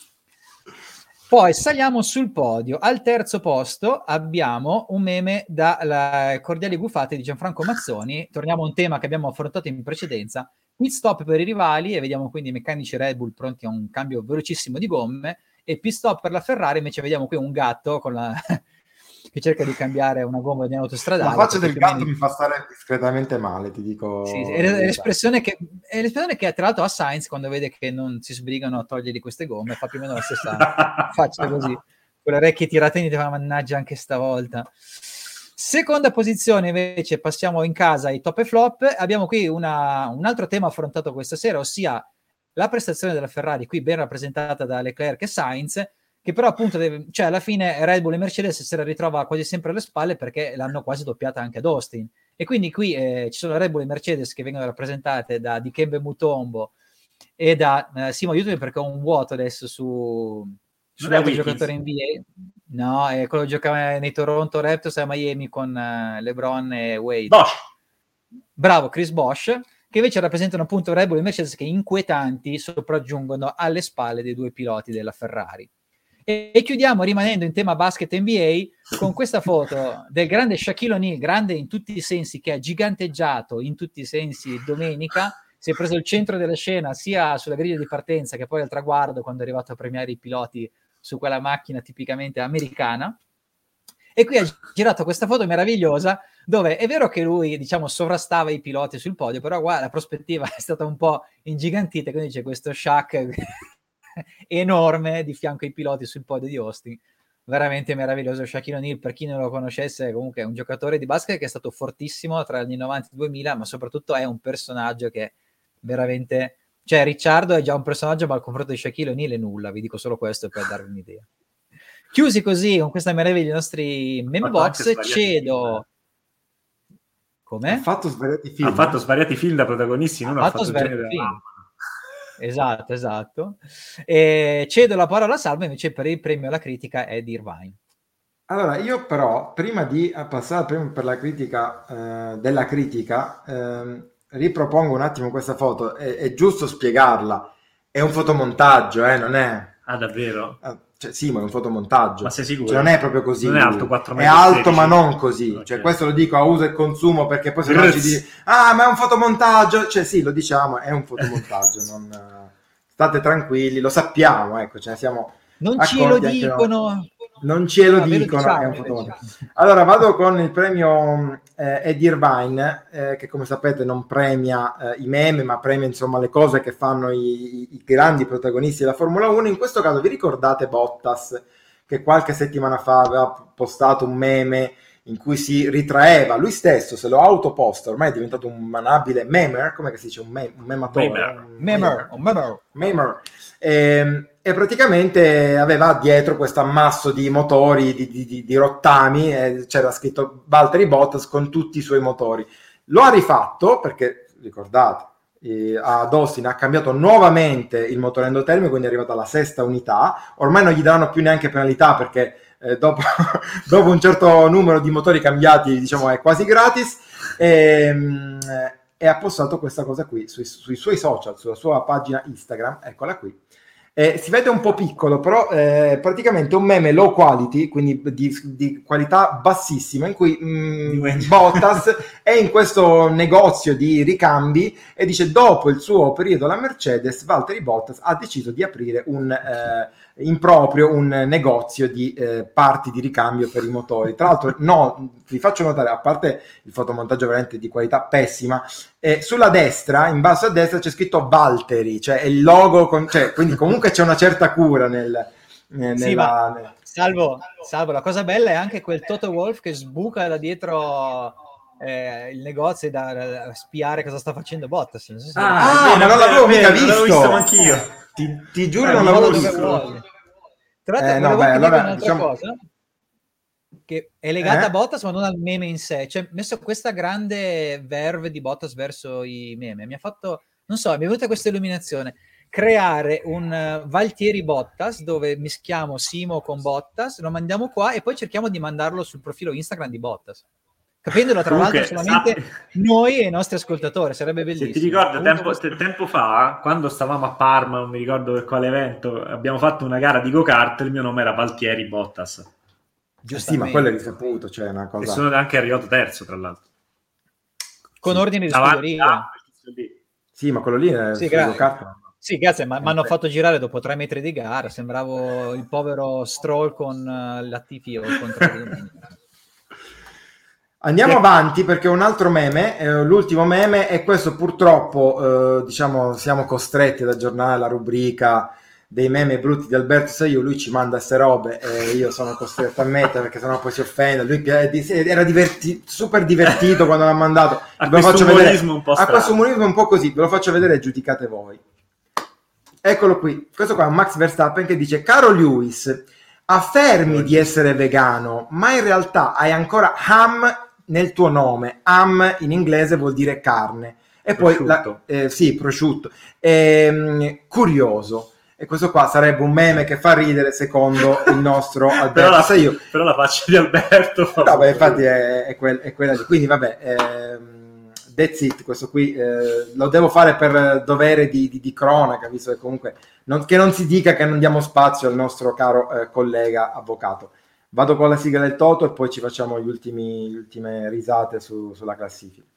Poi saliamo sul podio. Al terzo posto abbiamo un meme da Cordiali Gufate di Gianfranco Mazzoni. Torniamo a un tema che abbiamo affrontato in precedenza: pit stop per i rivali, e vediamo quindi i meccanici Red Bull pronti a un cambio velocissimo di gomme, e pit stop per la Ferrari, invece vediamo qui un gatto con la che cerca di cambiare una gomma di un'autostradale. La faccia del gatto mi fa stare discretamente male, ti dico. Sì, è l'espressione che tra l'altro ha Sainz quando vede che non si sbrigano a togliergli queste gomme, fa più o meno la stessa faccia così, con le orecchie tirate in, mannaggia anche stavolta. Seconda posizione invece, passiamo in casa ai top e flop. Abbiamo qui un altro tema affrontato questa sera, ossia la prestazione della Ferrari, qui ben rappresentata da Leclerc e Sainz, che però appunto cioè alla fine Red Bull e Mercedes se la ritrova quasi sempre alle spalle, perché l'hanno quasi doppiata anche ad Austin, e quindi qui ci sono Red Bull e Mercedes che vengono rappresentate da Dikembe Mutombo e da Simo, aiutami perché ho un vuoto adesso sull'altro giocatore NBA. No, è quello che giocava nei Toronto Raptors a Miami con LeBron e Wade. Bosch. Bravo, Chris Bosch, che invece rappresentano appunto Red Bull e Mercedes, che inquietanti sopraggiungono alle spalle dei due piloti della Ferrari. E chiudiamo rimanendo in tema basket NBA con questa foto del grande Shaquille O'Neal, grande in tutti i sensi, che ha giganteggiato in tutti i sensi domenica. Si è preso il centro della scena sia sulla griglia di partenza che poi al traguardo, quando è arrivato a premiare i piloti su quella macchina tipicamente americana. E qui ha girato questa foto meravigliosa dove è vero che lui, diciamo, sovrastava i piloti sul podio, però guarda, la prospettiva è stata un po' ingigantita, quindi c'è questo Shaq enorme di fianco ai piloti sul podio di Austin. Veramente meraviglioso. Shaquille O'Neal, per chi non lo conoscesse, comunque è un giocatore di basket che è stato fortissimo tra gli anni 90 e 2000, ma soprattutto è un personaggio che veramente, cioè Ricciardo è già un personaggio, ma al confronto di Shaquille O'Neal è nulla. Vi dico solo questo per darvi un'idea. Chiusi così con questa meraviglia i nostri meme box, cedo. Come? Ha fatto svariati film da protagonisti, non ha fatto svariati film. Esatto. E cedo la parola a Salvo invece per il premio alla critica è di Irvine. Allora, io però, prima di passare al premio per la critica della critica, ripropongo un attimo questa foto. È giusto spiegarla. È un fotomontaggio, non è... Ah, davvero? Cioè, sì, ma è un fotomontaggio. Ma sei sicuro? Cioè, non è proprio così. Non è alto 4 metri. È alto, ma non così. Okay. Cioè, questo lo dico a uso e consumo, perché poi se no ci dici, ma è un fotomontaggio. Cioè, sì, lo diciamo, è un fotomontaggio. State tranquilli, lo sappiamo, ecco, ce ne siamo non ce lo dicono. Non ce lo dicono, è un fotomontaggio. Allora, vado con il premio Eddie Irvine, che come sapete non premia i meme, ma premia insomma le cose che fanno i grandi protagonisti della Formula 1. In questo caso vi ricordate Bottas, che qualche settimana fa aveva postato un meme in cui si ritraeva, lui stesso se lo autoposta, ormai è diventato un manabile memer, come si dice, un mematore? Memer. E praticamente aveva dietro questo ammasso di motori, di rottami, c'era scritto Valtteri Bottas con tutti i suoi motori. Lo ha rifatto perché, ricordate, ad Austin ha cambiato nuovamente il motore endotermico, quindi è arrivata alla 6ª unità. Ormai non gli daranno più neanche penalità, perché dopo un certo numero di motori cambiati, diciamo, è quasi gratis. E ha postato questa cosa qui sui suoi social, sulla sua pagina Instagram, eccola qui. Si vede un po' piccolo, però praticamente un meme low quality, quindi di qualità bassissima, in cui Bottas è in questo negozio di ricambi e dice: dopo il suo periodo alla Mercedes, Valtteri Bottas ha deciso di aprire in proprio un negozio di parti di ricambio per i motori. Tra l'altro, no, vi faccio notare, a parte il fotomontaggio veramente di qualità pessima, sulla destra, in basso a destra, c'è scritto Valtteri, cioè il logo, cioè, quindi comunque c'è una certa cura Salvo, la cosa bella è anche quel Toto Wolff che sbuca da dietro il negozio da spiare cosa sta facendo Bottas. Non so se ma non l'avevo mica visto. Non l'avevo visto anch'io. Ti giuro, non l'avevo visto. Tra l'altro, allora, un'altra cosa che è legata a Bottas, ma non al meme in sé. Cioè, messo questa grande verve di Bottas verso i meme, mi ha fatto, non so, mi è venuta questa illuminazione: creare un Valtteri Bottas dove mischiamo Simo con Bottas, lo mandiamo qua e poi cerchiamo di mandarlo sul profilo Instagram di Bottas, capendolo tra l'altro solamente noi e i nostri ascoltatori. Sarebbe bellissimo. Se ti ricordi, tempo fa, quando stavamo a Parma, non mi ricordo per quale evento, abbiamo fatto una gara di go-kart, il mio nome era Valtteri Bottas. Sì, ma quello è risaputo, cioè una cosa. E sono anche arrivato terzo, tra l'altro, con ordine di scuderia. Sì, ma quello lì è go-kart. Sì, grazie, ma mi hanno fatto girare dopo 3 metri di gara, sembravo il povero Stroll con Latifi o il contrario. Andiamo avanti, perché un altro meme, l'ultimo meme, e questo purtroppo diciamo siamo costretti ad aggiornare la rubrica dei meme brutti di Alberto Saiu. Lui ci manda queste robe e io sono costretto a mettere, perché sennò poi si offende. Lui era super divertito quando l'ha mandato. A questo umorismo un po' strano. A questo umorismo un po' così, ve lo faccio vedere e giudicate voi. Eccolo qui, questo qua è un Max Verstappen che dice: caro Lewis, affermi di essere vegano, ma in realtà hai ancora ham nel tuo nome. Ham in inglese vuol dire carne. E poi prosciutto. Curioso. E questo qua sarebbe un meme che fa ridere, secondo il nostro Alberto. Però la faccia di Alberto no, beh, infatti è quella lì. Quindi vabbè, that's it. Questo qui lo devo fare per dovere di cronaca, visto che comunque che non si dica che non diamo spazio al nostro caro collega avvocato. Vado con la sigla del Toto e poi ci facciamo le ultime risate sulla classifica.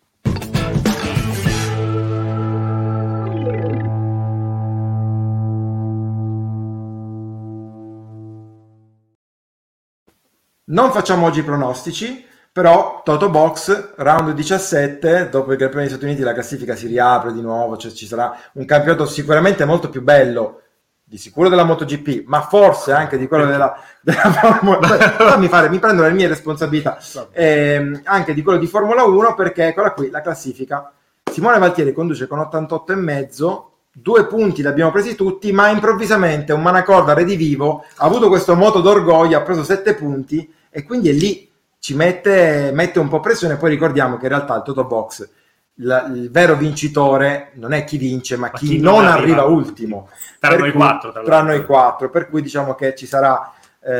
Non facciamo oggi pronostici, però Toto Box, round 17, dopo il Gran Premio degli Stati Uniti la classifica si riapre di nuovo, cioè ci sarà un campionato sicuramente molto più bello, di sicuro della MotoGP, ma forse anche di quello della Formula. mi prendo le mie responsabilità, anche di quello di Formula 1, perché eccola qui la classifica. Simone Valtieri conduce con 88,5, 2 punti li abbiamo presi tutti, ma improvvisamente un Manacorda redivivo ha avuto questo moto d'orgoglio, ha preso 7 punti e quindi è lì, ci mette un po' pressione. Poi ricordiamo che in realtà il Toto Box, il vero vincitore non è chi vince, ma chi non arriva ultimo tra noi quattro, per cui diciamo che ci sarà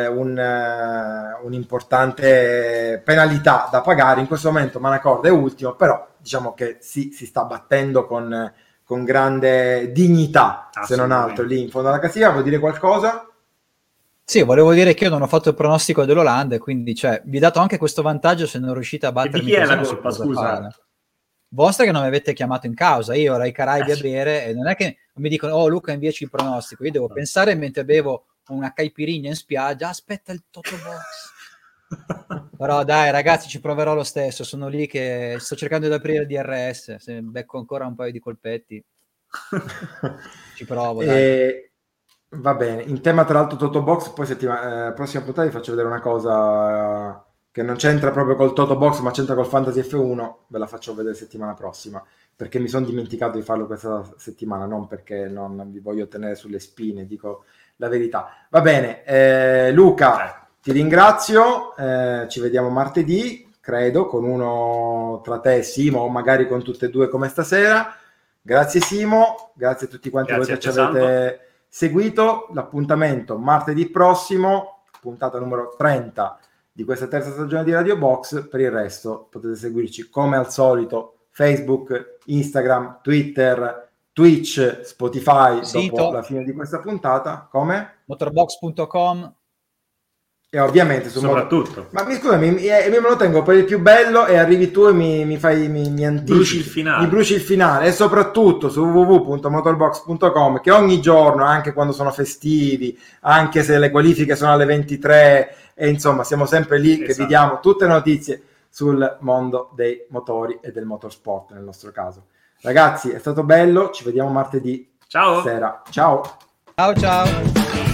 un'importante penalità da pagare. In questo momento Manacorda è ultimo, però diciamo che si sta battendo con grande dignità, se non altro, lì in fondo alla classifica. Vuol dire qualcosa? Sì, volevo dire che io non ho fatto il pronostico dell'Olanda, quindi vi ho dato anche questo vantaggio se non riuscite a battermi. E di chi è la colpa, scusa? Vostra, che non mi avete chiamato in causa. Io ero ai Caraibi a bere e non è che mi dicono: oh Luca, inviaci il pronostico. Io devo pensare mentre bevo una caipirinha in spiaggia: aspetta il Toto Box. Però dai ragazzi, ci proverò lo stesso. Sono lì che sto cercando di aprire il DRS, se becco ancora un paio di colpetti ci provo, dai. Va bene, in tema tra l'altro Toto Box, poi prossima puntata vi faccio vedere una cosa che non c'entra proprio col Toto Box, ma c'entra col Fantasy F1. Ve la faccio vedere settimana prossima, perché mi sono dimenticato di farlo questa settimana, non perché non vi voglio tenere sulle spine, dico la verità. Va bene, Luca, ti ringrazio, ci vediamo martedì, credo, con uno tra te e Simo, o magari con tutte e due come stasera. Grazie Simo, grazie a tutti quanti voi che ci avete seguito. L'appuntamento martedì prossimo, puntata numero 30 di questa terza stagione di Radio Box. Per il resto potete seguirci come al solito Facebook, Instagram, Twitter, Twitch, Spotify, sito. Dopo la fine di questa puntata, come? Motorbox.com e ovviamente soprattutto. Ma scusami, me lo tengo per il più bello e arrivi tu e mi anticipi, bruci il finale. Mi bruci il finale e soprattutto su www.motorbox.com, che ogni giorno, anche quando sono festivi, anche se le qualifiche sono alle 23 e insomma siamo sempre lì, che vi diamo tutte le notizie sul mondo dei motori e del motorsport nel nostro caso. Ragazzi, è stato bello, ci vediamo martedì sera. Ciao. Ciao.